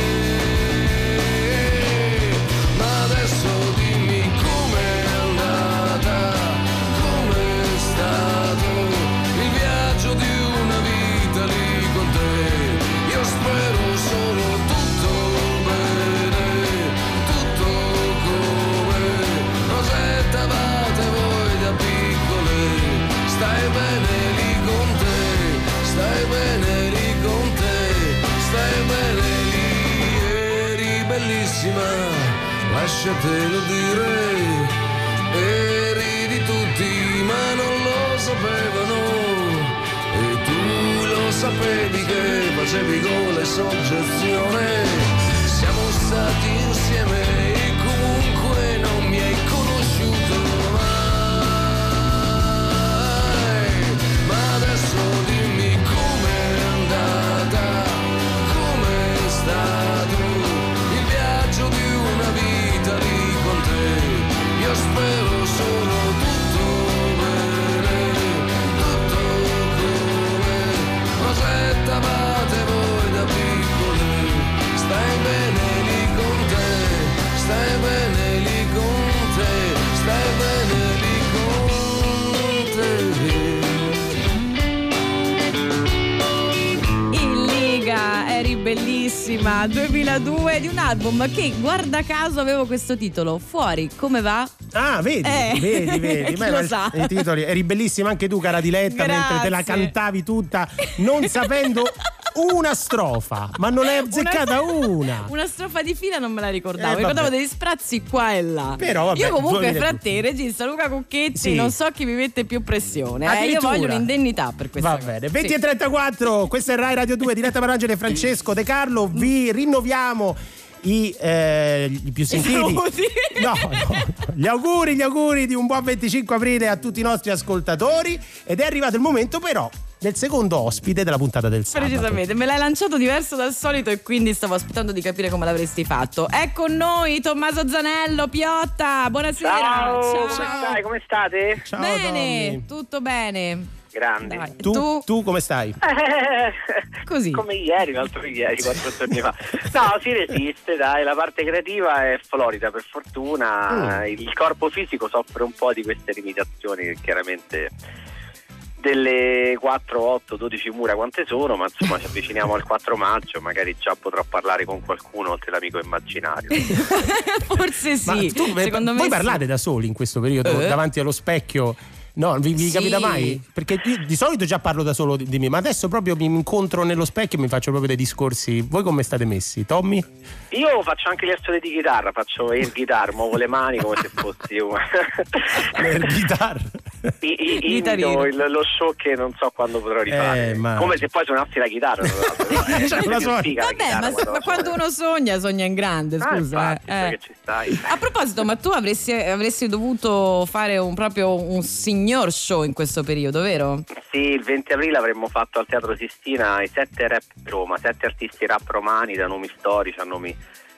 Ma adesso dimmi com'è andata, com'è stato il viaggio di una vita lì con te. Io spero solo tutto bene, tutto come prosettavate voi da piccole. Stai bene lì con te, stai bene lì con te, stai bene lì. Eri bellissima, lasciatelo dire, eri di tutti ma non lo sapevano, e tu lo sapevi che facevi gol e soggezione. Siamo stati insieme e comunque non mi hai conosciuto mai. Ma adesso dimmi com'è andata, com'è stato il viaggio di una vita lì con te. Io spero solo tutto bene, tutto come prosettavate voi da piccole. Stai bene lì con te, stai bene lì con te, stai bene lì con te. In Liga, eri bellissima, 2002, di un album che guarda caso avevo questo titolo, Fuori, come va? Ah, vedi. Chi lo sa? I titoli. Eri bellissima anche tu, cara Diletta, mentre te la cantavi tutta, non sapendo una strofa, ma non l'hai azzeccata una. Una strofa di fila non me la ricordavo, ricordavo degli sprazzi qua e là. Però vabbè, io comunque fra te, il regista Luca Cucchetti, sì, non so chi mi mette più pressione. Io Addirittura. voglio un'indennità per questa cosa. Va bene, 20:34, questa è Rai Radio 2, Diletta Marangeli e Francesco De Carlo. Vi rinnoviamo i più sentiti, gli auguri di un buon 25 aprile a tutti i nostri ascoltatori, ed è arrivato il momento però del secondo ospite della puntata del sabato. Precisamente, me l'hai lanciato diverso dal solito e quindi stavo aspettando di capire come l'avresti fatto. È con noi Tommaso Zanello, Piotta, buonasera. Ciao. Come stai? Come state? Ciao, Bene, Tommy. tutto bene. grande. Dai. Tu come stai? Così. Come ieri, l'altro ieri, 4 giorni fa. No, si resiste, dai, la parte creativa è florida per fortuna. Il corpo fisico soffre un po' di queste limitazioni che chiaramente delle 4, 8, 12 mura quante sono, ma insomma ci avviciniamo al 4 maggio, magari già potrò parlare con qualcuno oltre l'amico immaginario. Forse sì. Ma secondo me voi sì. parlate da soli in questo periodo davanti allo specchio? No, vi Sì. capita mai? Perché io di solito già parlo da solo di me, ma adesso proprio mi incontro nello specchio e mi faccio proprio dei discorsi. Voi come state messi? Tommy? Io faccio anche le assole di chitarra, faccio air guitar, muovo le mani come se fossi L'air guitar. Imito lo show che non so quando potrò rifare, come se poi suonassi la chitarra. Vabbè, ma quando uno sogna in grande, scusa. Infatti, che ci stai. A proposito, ma tu avresti dovuto fare un signor show in questo periodo, vero? Sì, il 20 aprile avremmo fatto al Teatro Sistina i 7 rap di Roma, 7 artisti rap romani da nomi storici a nomi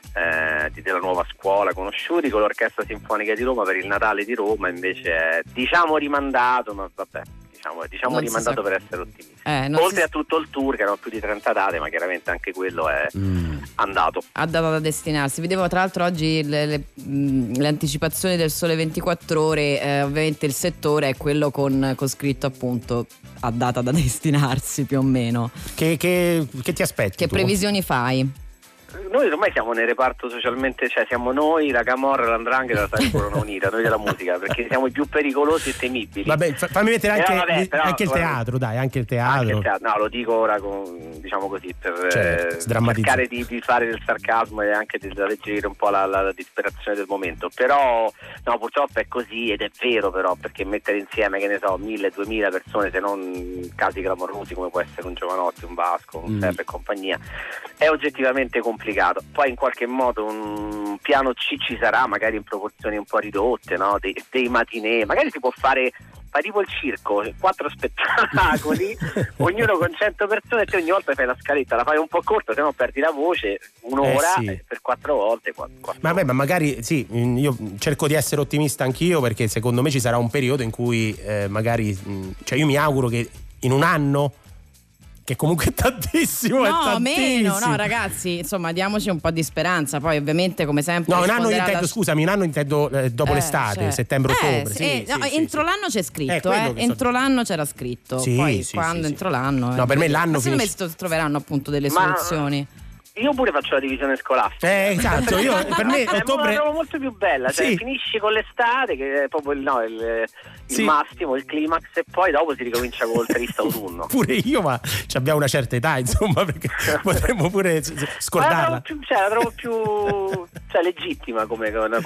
della nuova scuola conosciuti, con l'Orchestra Sinfonica di Roma per il Natale di Roma. Invece è rimandato, ma vabbè, diciamo rimandato per essere ottimisti. Oltre a tutto il tour, che erano più di 30 date, ma chiaramente anche quello è andato. Ha dato da destinarsi. Vedevo tra l'altro oggi le anticipazioni del Sole 24 Ore, ovviamente il settore è quello con scritto appunto a data da destinarsi più o meno. Che ti aspetti? Che tu? previsioni fai? Noi ormai siamo nel reparto socialmente, cioè siamo noi, la Camorra, l'Andrangheta, la Corona Unita, noi della musica, perché siamo i più pericolosi e temibili. Vabbè, fammi mettere anche il teatro, dai, anche il teatro. No, lo dico ora diciamo così per cercare di fare del sarcasmo e anche di alleggerire un po' la disperazione del momento. Però no, purtroppo è così, ed è vero però, perché mettere insieme, che ne so, 1000-2000 persone, se non casi clamorosi come può essere un Giovanotti, un Vasco, un Serra e compagnia, è oggettivamente complicato. Poi in qualche modo un piano C ci sarà, magari in proporzioni un po' ridotte, no? Dei matinee, magari si può fare tipo il circo, 4 spettacoli, ognuno con 100 persone, e te ogni volta fai la scaletta, la fai un po' corta, se no perdi la voce, un'ora per 4 volte. Ma magari sì, io cerco di essere ottimista anch'io, perché secondo me ci sarà un periodo in cui magari, cioè io mi auguro che in un anno, che comunque è tantissimo, meno, no ragazzi, insomma diamoci un po' di speranza. Poi ovviamente come sempre un anno intendo dopo l'estate, settembre-ottobre. Entro l'anno c'è scritto, entro l'anno c'era scritto, poi quando entro l'anno. No, per me l'anno secondo me si troveranno appunto delle soluzioni. Io pure faccio la divisione scolastica. Esatto, per me ottobre la trovo molto più bella, cioè finisci con l'estate, che è proprio il massimo, il climax, e poi dopo si ricomincia col triste autunno. Pure io, ma abbiamo una certa età, insomma, perché potremmo pure scordarla. La trovo più legittima come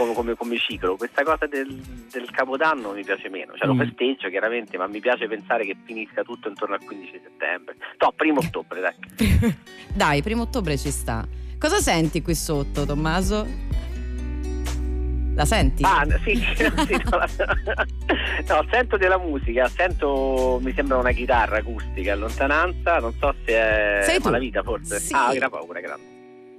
ciclo. Questa cosa del Capodanno mi piace meno, cioè lo festeggio chiaramente, ma mi piace pensare che finisca tutto intorno al 15 settembre. No, 1 ottobre, dai. Dai, 1 ottobre ci sta. Cosa senti qui sotto, Tommaso? La senti? Sì, no, sento della musica, mi sembra una chitarra acustica in lontananza, non so se è Malavita forse. Sì. Gran paura, grande.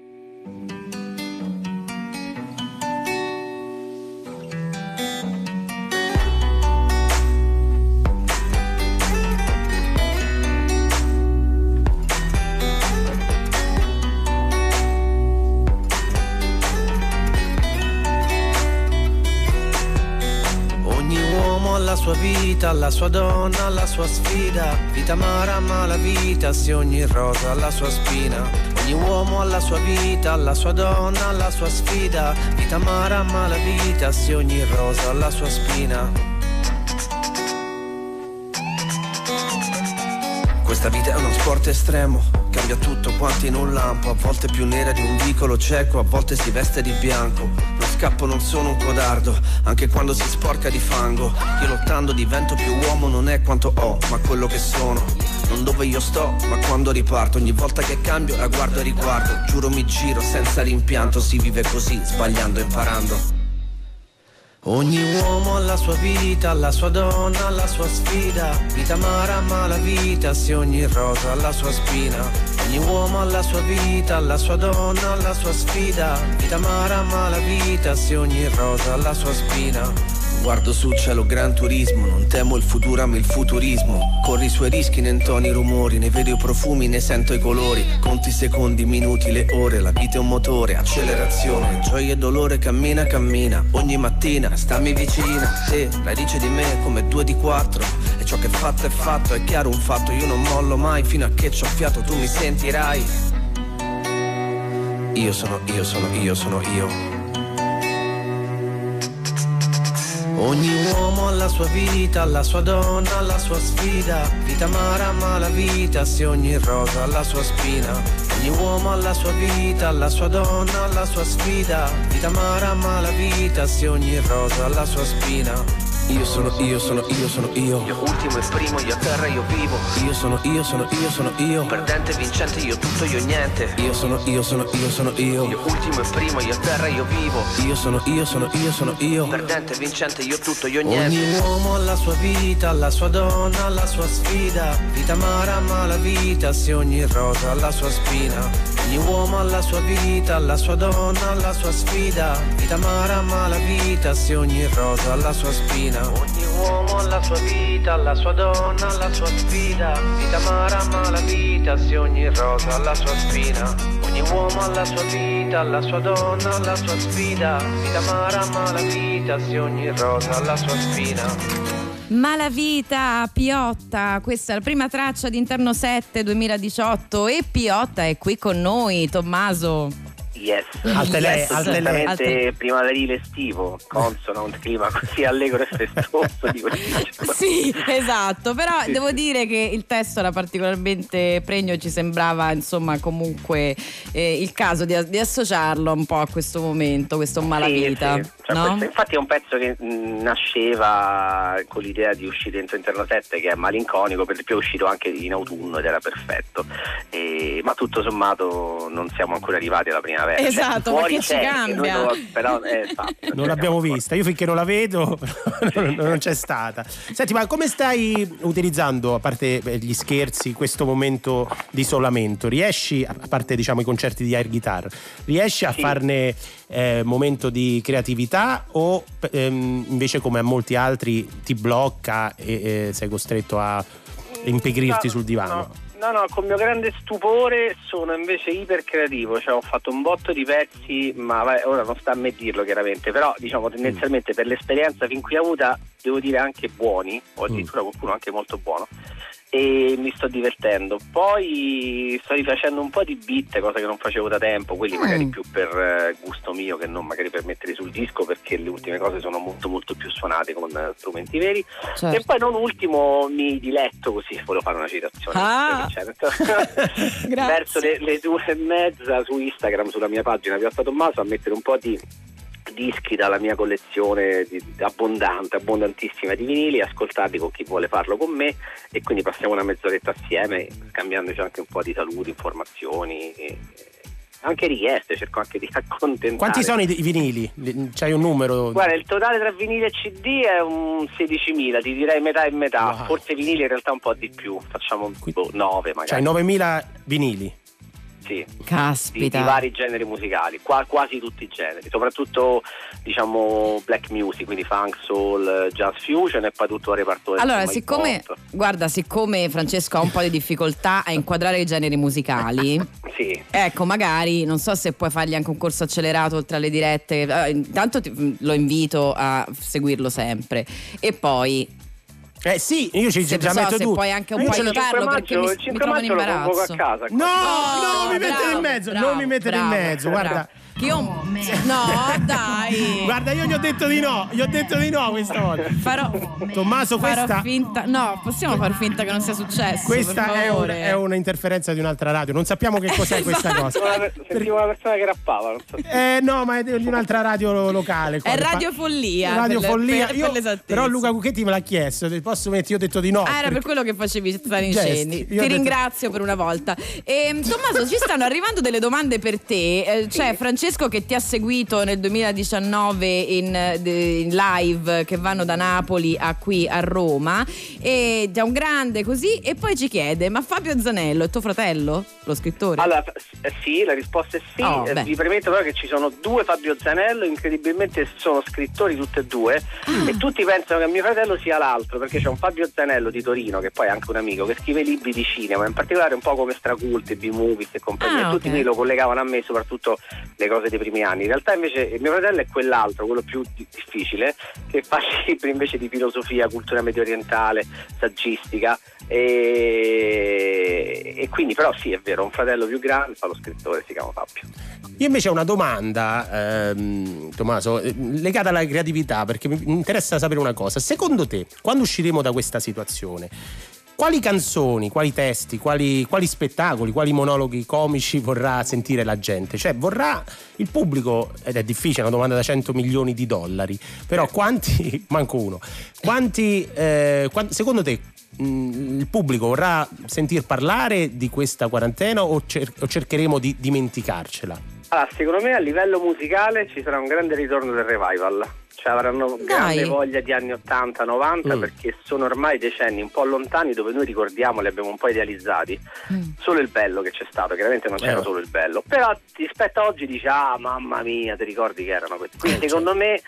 alla sua vita, alla sua donna, alla sua sfida. Vita amara, malavita, se ogni rosa alla sua spina. Ogni uomo alla sua vita, alla sua donna, alla sua sfida. Vita amara, malavita, se ogni rosa alla sua spina. Questa vita è uno sport estremo, cambia tutto quanto in un lampo. A volte più nera di un vicolo cieco, a volte si veste di bianco. Non scappo, non sono un codardo, anche quando si sporca di fango. Io lottando divento più uomo, non è quanto ho, ma quello che sono. Non dove io sto, ma quando riparto. Ogni volta che cambio la guardo e riguardo. Giuro mi giro senza rimpianto, si vive così, sbagliando e imparando. Ogni uomo ha la sua vita, alla sua donna, alla sua sfida. Vita amara, malavita, se ogni rosa ha la sua spina. Ogni uomo ha la sua vita, alla sua donna, alla sua sfida. Vita amara, malavita, se ogni rosa ha la sua spina. Guardo sul cielo Gran Turismo, non temo il futuro, amo il futurismo. Corri i suoi rischi, ne intoni i rumori, ne vedo i profumi, ne sento i colori. Conti secondi, minuti, le ore, la vita è un motore, accelerazione, gioia e dolore, cammina, cammina. Ogni mattina stammi vicina, te, radice di me come 2 di 4. E ciò che è fatto, è chiaro un fatto, io non mollo mai fino a che c'ho fiato, tu mi sentirai. Io sono io. Ogni uomo ha la sua vita, la sua donna, la sua sfida. Vita amara ma la vita, se ogni rosa ha la sua spina. Ogni uomo ha la sua vita, la sua donna, la sua sfida. Vita amara ma la vita, se ogni rosa ha la sua spina. Io sono io. Io ultimo e primo, io a terra, io vivo. Io sono io. Perdente, vincente, io tutto, io niente. Io sono io. Io ultimo e primo, io a terra, io vivo. Io sono io. Perdente, vincente, io tutto, io niente. Ogni uomo ha la sua vita, la sua donna, la sua sfida. Vita amara ma la vita, se ogni rosa ha la sua spina. Ogni uomo ha la sua vita, la sua donna, la sua sfida. Vita amara ma la vita, se ogni rosa ha la sua spina. Ogni uomo ha la sua vita, la sua donna, la sua sfida. Vita amara ma la vita, se ogni rosa ha la sua spina. Ogni uomo ha la sua vita, la sua donna, la sua sfida. Vita amara ma la vita, se ogni rosa ha la sua spina. Malavita, Piotta, questa è la prima traccia di Interno 7 2018 e Piotta è qui con noi, Tommaso. Yes, assolutamente primaverile estivo, consono a un clima così allegro e festoso di questo. Sì, esatto, però devo dire che il testo era particolarmente pregno e ci sembrava insomma comunque il caso di associarlo un po' a questo momento, questo Malavita. Sì. Cioè, no? Infatti è un pezzo che nasceva con l'idea di uscire dentro Interno 7, che è malinconico, per esempio è uscito anche in autunno ed era perfetto, ma tutto sommato non siamo ancora arrivati alla primavera. Esatto, perché ci cambia. Però non l'abbiamo vista, io finché non la vedo non c'è stata. Senti, ma come stai utilizzando, a parte gli scherzi, questo momento di isolamento? Riesci, a parte diciamo i concerti di air guitar, riesci a farne momento di creatività o invece come a molti altri ti blocca e sei costretto a impigrirti sul divano? No, con mio grande stupore sono invece iper creativo, cioè ho fatto un botto di pezzi, ma ora non sta a me dirlo chiaramente, però diciamo tendenzialmente per l'esperienza fin qui avuta devo dire anche buoni, o addirittura qualcuno anche molto buono, e mi sto divertendo. Poi sto rifacendo un po' di beat, cosa che non facevo da tempo, quelli magari più per gusto mio che non magari per mettere sul disco, perché le ultime cose sono molto molto più suonate con strumenti veri. Certo. E poi non ultimo mi diletto, così volevo fare una citazione verso le 2:30 su Instagram, sulla mia pagina Piotta Tommaso, a mettere un po' di dischi dalla mia collezione abbondantissima di vinili, ascoltarli con chi vuole farlo con me, e quindi passiamo una mezz'oretta assieme scambiandoci anche un po' di saluti, informazioni e anche richieste, cerco anche di accontentare. Quanti sono i vinili? C'hai un numero? Guarda, il totale tra vinili e CD è un 16.000, ti direi metà e metà. Wow. Forse vinili in realtà un po' di più, facciamo 9 magari. C'hai 9.000 vinili? Sì. Caspita. Di vari generi musicali, quasi tutti i generi, soprattutto diciamo black music, quindi funk, soul, jazz fusion, e poi tutto il repertorio. Allora, siccome Francesco ha un po' di difficoltà a inquadrare i generi musicali, sì. Ecco, magari non so se puoi fargli anche un corso accelerato oltre alle dirette. Intanto lo invito a seguirlo sempre, e poi sì, io ci già metto se puoi anche un po' aiutarlo, perché mi trovo in imbarazzo. A casa. No, mi mettere in mezzo, non mi mettere in mezzo, guarda. Dai. Guarda, io gli ho detto di no questa volta. Tommaso, questa finta. No, possiamo far finta che non sia successo. Questa è una interferenza di un'altra radio. Non sappiamo che cos'è questa cosa. Sentivo una persona che rappava, non so. No, ma è di un'altra radio locale. È Radio Follia. Radio Follia. Per però Luca Cucchetti me l'ha chiesto. Posso mettere? Io ho detto di no. Era per quello che facevi stare incendi. Ti ringrazio per una volta. Tommaso, ci stanno arrivando delle domande per te. C'è Francesco Francesco che ti ha seguito nel 2019 in live che vanno da Napoli a qui a Roma, e già un grande così, e poi ci chiede: ma Fabio Zanello è tuo fratello? Lo scrittore? Allora, sì, la risposta è sì. Vi premetto però che ci sono due Fabio Zanello, incredibilmente sono scrittori tutti e due, e tutti pensano che mio fratello sia l'altro, perché c'è un Fabio Zanello di Torino, che poi è anche un amico, che scrive libri di cinema, in particolare un po' come Straculte, B-Movies e compagnia, tutti me lo collegavano a me, soprattutto le cose dei primi anni. In realtà invece mio fratello è quell'altro, quello più difficile, che fa libri invece di filosofia, cultura medio orientale, saggistica, e quindi però sì, è vero, un fratello più grande fa lo scrittore, si chiama Fabio. Io invece ho una domanda, Tommaso, legata alla creatività, perché mi interessa sapere una cosa. Secondo te, quando usciremo da questa situazione, quali canzoni, quali testi, quali spettacoli, quali monologhi comici vorrà sentire la gente? Cioè, vorrà il pubblico, ed è difficile, una domanda da 100 milioni di dollari, però quanti, manco uno, quanti secondo te il pubblico vorrà sentir parlare di questa quarantena o cercheremo di dimenticarcela? Allora, secondo me a livello musicale ci sarà un grande ritorno del revival, cioè avranno grande voglia di anni 80-90, perché sono ormai decenni un po' lontani dove noi ricordiamo, li abbiamo un po' idealizzati, solo il bello che c'è stato, chiaramente non c'era solo il bello, però rispetto a oggi dici mamma mia, ti ricordi che erano questi, quindi secondo me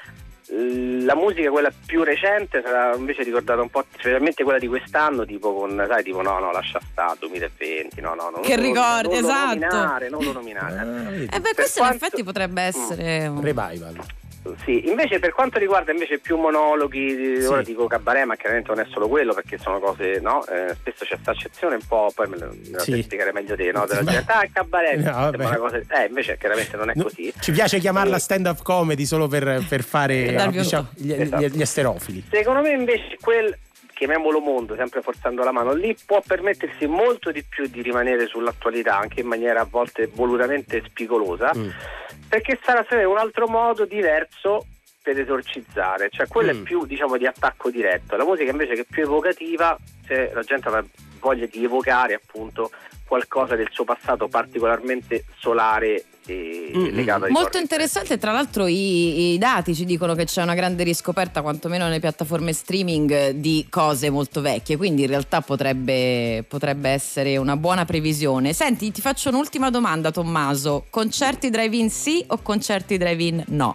la musica quella più recente sarà invece ricordata un po', specialmente quella di quest'anno, tipo con, sai, tipo no lascia stare 2020, no che ricordi, esatto, non lo nominare. Questo in effetti potrebbe essere un revival. Sì, invece per quanto riguarda invece più monologhi, ora dico cabaret, ma chiaramente non è solo quello, perché sono cose, no? Spesso c'è questa accezione un po', poi me la devi spiegare meglio te, no? Della gente, cabaret, una cosa, invece chiaramente non è così. Ci piace chiamarla stand-up comedy solo per fare diciamo, gli esterofili. Secondo me invece chiamiamolo mondo, sempre forzando la mano, lì può permettersi molto di più di rimanere sull'attualità, anche in maniera a volte volutamente spigolosa, perché sarà un altro modo diverso per esorcizzare, cioè quello è più, diciamo, di attacco diretto. La musica invece che è più evocativa, se la gente avrà voglia di evocare appunto qualcosa del suo passato particolarmente solare e legato ai molto interessante. Tra l'altro i dati ci dicono che c'è una grande riscoperta, quantomeno nelle piattaforme streaming, di cose molto vecchie, quindi in realtà potrebbe essere una buona previsione. Senti, ti faccio un'ultima domanda, Tommaso: concerti drive-in sì o concerti drive-in no?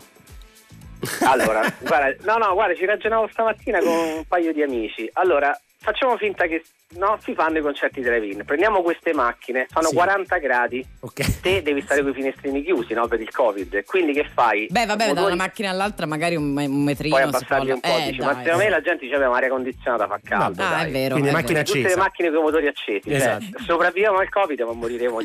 Allora, guarda, ci ragionavo stamattina con un paio di amici. Allora, facciamo finta che si fanno i concerti drive-in, prendiamo queste macchine, fanno 40 gradi, te devi stare con i finestrini chiusi, no, per il Covid, quindi che fai? Da una macchina all'altra magari un metrino, poi abbassarli un po', ma secondo me la gente dice aria condizionata, fa caldo, è vero, quindi macchine accese, tutte le macchine con i motori accesi, esatto. Sopravviviamo al Covid ma moriremo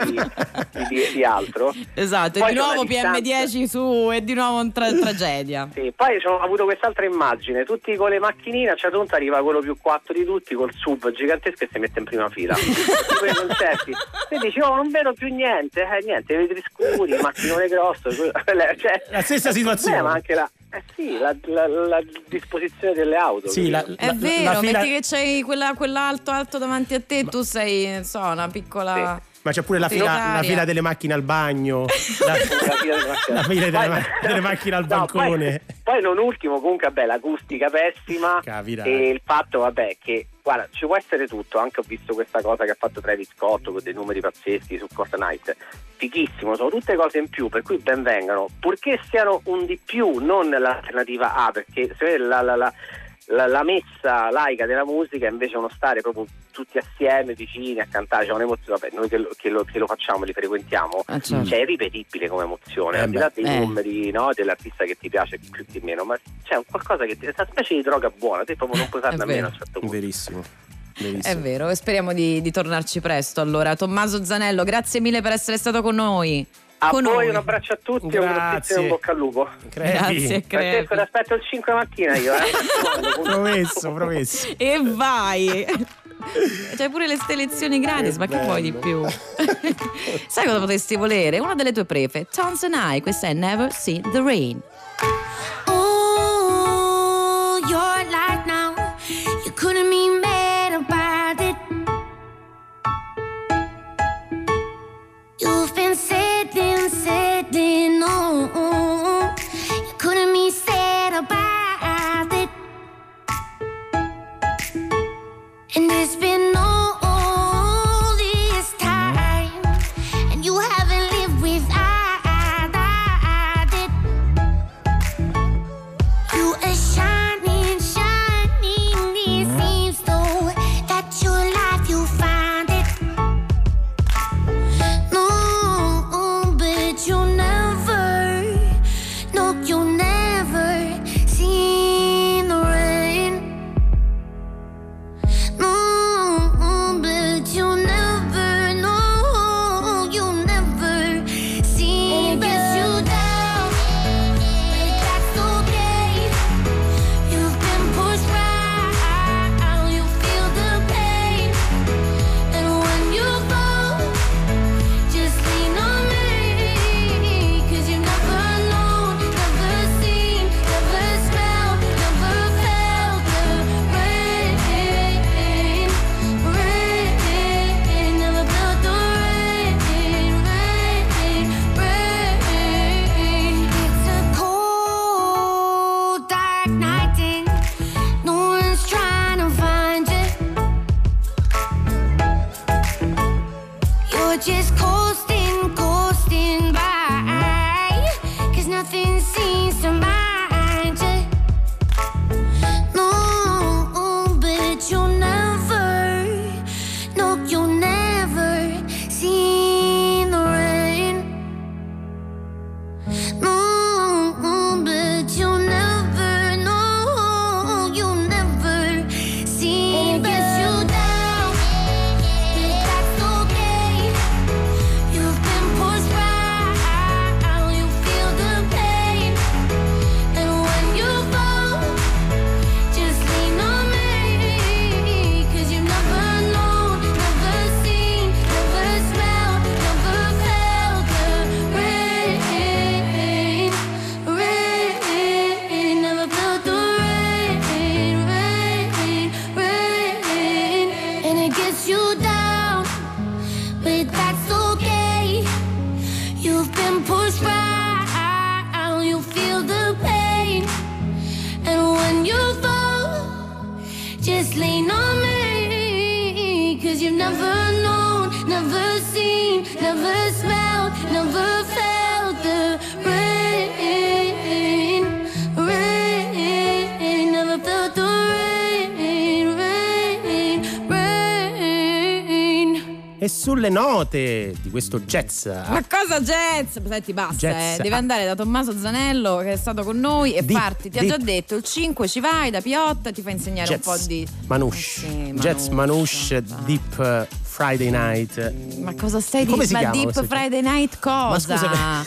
di altro, esatto. Poi e di nuovo PM10 su e di nuovo un tragedia. Sì, poi ho avuto quest'altra immagine, tutti con le macchinine, a un certo punto arriva quello più 4 di tutti col sub gigantesco e si mette in prima fila quei concerti e dici non vedo più niente, vetri scuri, macchinone grosso, cioè, la stessa situazione, ma anche la disposizione delle auto, è vero, metti che c'hai quell'alto davanti a te, tu sei una piccola ma c'è pure la fila delle macchine al bagno, la fila delle macchine al balcone. Poi non ultimo, comunque l'acustica pessima, e il fatto che guarda, ci può essere tutto. Anche ho visto questa cosa che ha fatto Travis Scott con dei numeri pazzeschi su Fortnite, fighissimo, sono tutte cose in più, per cui ben vengano, purché siano un di più, non l'alternativa A, perché se la messa laica della musica invece è uno stare proprio tutti assieme vicini a cantare, c'è un'emozione, noi che lo facciamo, li frequentiamo, cioè è ripetibile come emozione, al di là dei numeri, no, dell'artista che ti piace più di meno, ma c'è un qualcosa che è una specie di droga buona, te proprio non puoi farne a meno a un certo punto. Verissimo. È vero, e speriamo di tornarci presto. Allora, Tommaso Zanello, grazie mille per essere stato con noi. A voi un abbraccio a tutti e un grossissimo bocca al lupo. Grazie, Francesco, ti aspetto il 5 mattina io. Promesso. E vai. C'hai pure le lezioni gratis, ma che vuoi di più? Sai cosa potresti volere? Una delle tue prefe, Tones and I, questa è Never See the Rain. Oh, your life now, you couldn't mean better about it. You've been sitting just coasting, coasting by, 'cause nothing seems to mind you. No, but you'll never, no, you'll never see the rain. No, but you'll never, no, you'll never see. And it gets you down, but that's okay. You've been pushed right, you feel the pain. And when you fall, just lean on me, 'cause you've never known, never seen, never smelled, never felt the rain, rain, never felt the rain, rain, rain. And it gets you down, but that's okay. You've been pushed right, you feel the pain. And when you fall, just lean on me, 'cause you've never known, never seen, never smelled, never felt the rain, rain, never felt the rain, rain, rain. E sulle note di questo jazz. Ma cosa jazz? Senti, basta, Jazz. devi andare da Tommaso Zanello che è stato con noi e farti, ti ha già detto, il 5 ci vai da Piotta, ti fa insegnare Jazz un po' di Manouche. sì, Jazz Manouche Deep Friday Night. Ma cosa stai Come dicendo? si Ma chiama Deep questo? Friday Night cosa? Ma scusa,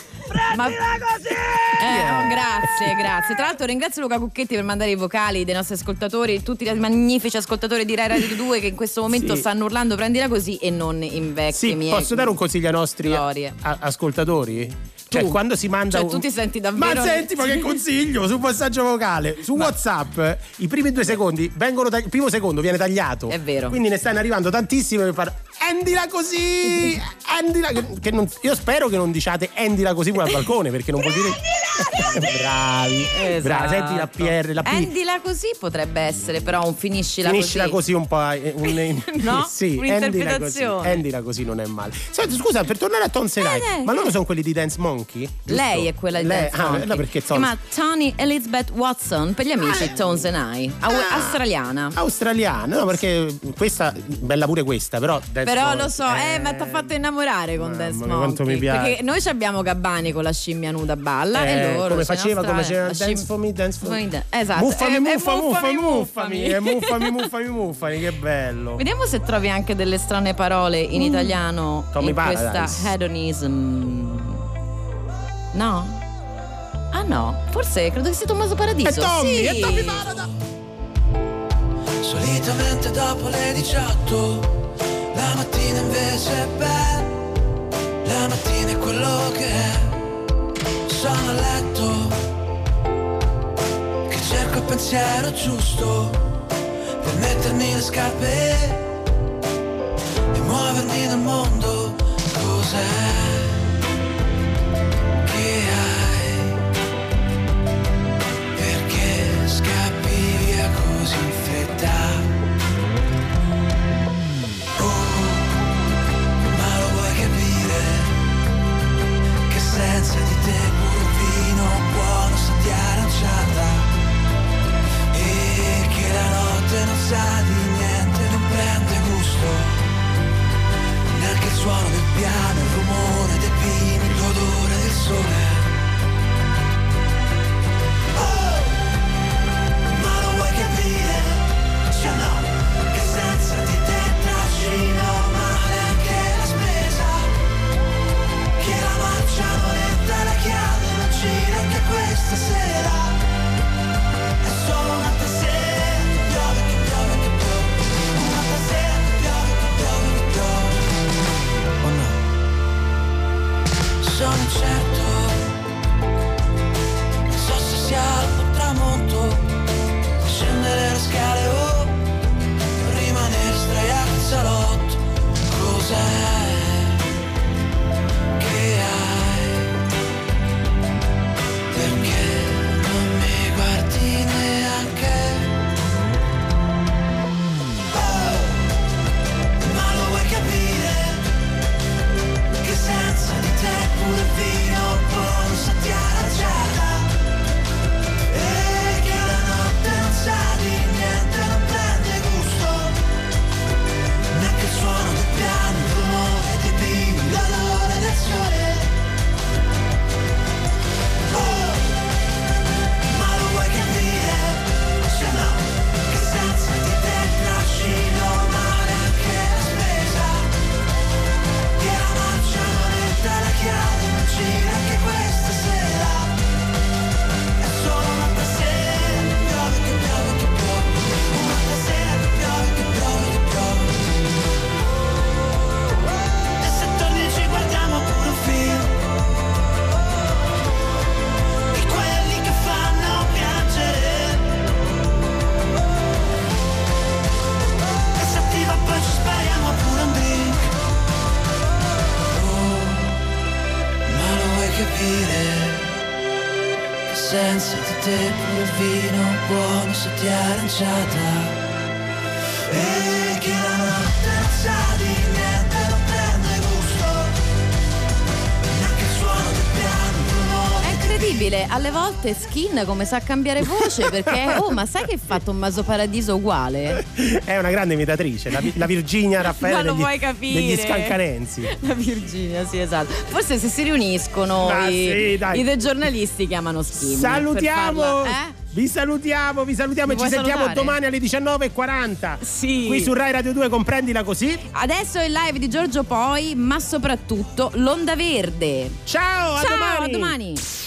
Grazie. Tra l'altro ringrazio Luca Cucchetti per mandare i vocali dei nostri ascoltatori, tutti i magnifici ascoltatori di Rai Radio 2 che in questo momento Sì. stanno urlando prendila così e non in vecchie Sì, mie posso dare un consiglio ai nostri glorie. ascoltatori? Cioè, quando si manda Cioè, tu ti senti davvero. Ma senti, ma che consiglio su passaggio vocale su WhatsApp, i primi 2 secondi vengono il primo secondo viene tagliato. È vero. Quindi ne stanno arrivando tantissime per fare endila così, endila che non, io spero che non diciate endila così pure al balcone, perché non vuol dire bravi. Esatto. Bravi, senti la PR, la P. Endila così potrebbe essere, però un finiscila così un po'. No? Sì, Un'interpretazione. endila così non è male. Senti, scusa, per tornare a Tonselai, ma loro sono quelli di Dance Monkey? Giusto? Lei è quella di Dance Monkey. No, perché Si chiama Toni Elizabeth Watson per gli amici Tones and I. Australiana. Australiana, no, perché questa bella pure questa, però Dance Però Monkey, lo so, ma ti ha fatto innamorare con Dance ma quanto Monkey. mi piace. Perché noi ci abbiamo Gabbani con la scimmia nuda balla e loro come c'è faceva, in come Australia, c'era Dance for me, Dance for me. Esatto. Muffami, muffami. muffami, che bello. Vediamo se trovi anche delle strane parole in italiano Tommy in questa Paradise. hedonism. No? Ah no, forse credo che sia Tommaso Paradiso. È Tommy, sì. è Tommy Paradise. Solitamente dopo le 18, la mattina invece è bella. La mattina è quello che è. Sono a letto, che cerco il pensiero giusto per mettermi le scarpe e muovermi nel mondo. Cos'è che hai? Perché scappi via così in fretta? Ma lo vuoi capire? Che senza di te pure vino buono sa di aranciata, e che la notte non sa di niente, non prende gusto, neanche il suono del piano, il rumore latte pure vino buono se ti è aranciata. E che la notte non sa di niente, non prende gusto, neanche il suono del piano promuove. È incredibile, alle volte Skin come sa cambiare voce perché, ma sai che ha fatto un Maso Paradiso uguale? È una grande imitatrice, la Virginia Raffaele degli Scancanensi. La Virginia, sì, esatto. Forse se si riuniscono i dei giornalisti chiamano Skin. Salutiamo! Vi salutiamo e ci sentiamo salutare? domani alle 19:40. Sì. Qui su Rai Radio 2 con Prendila Così. Adesso il live di Giorgio Poi, ma soprattutto l'Onda Verde. Ciao, a domani.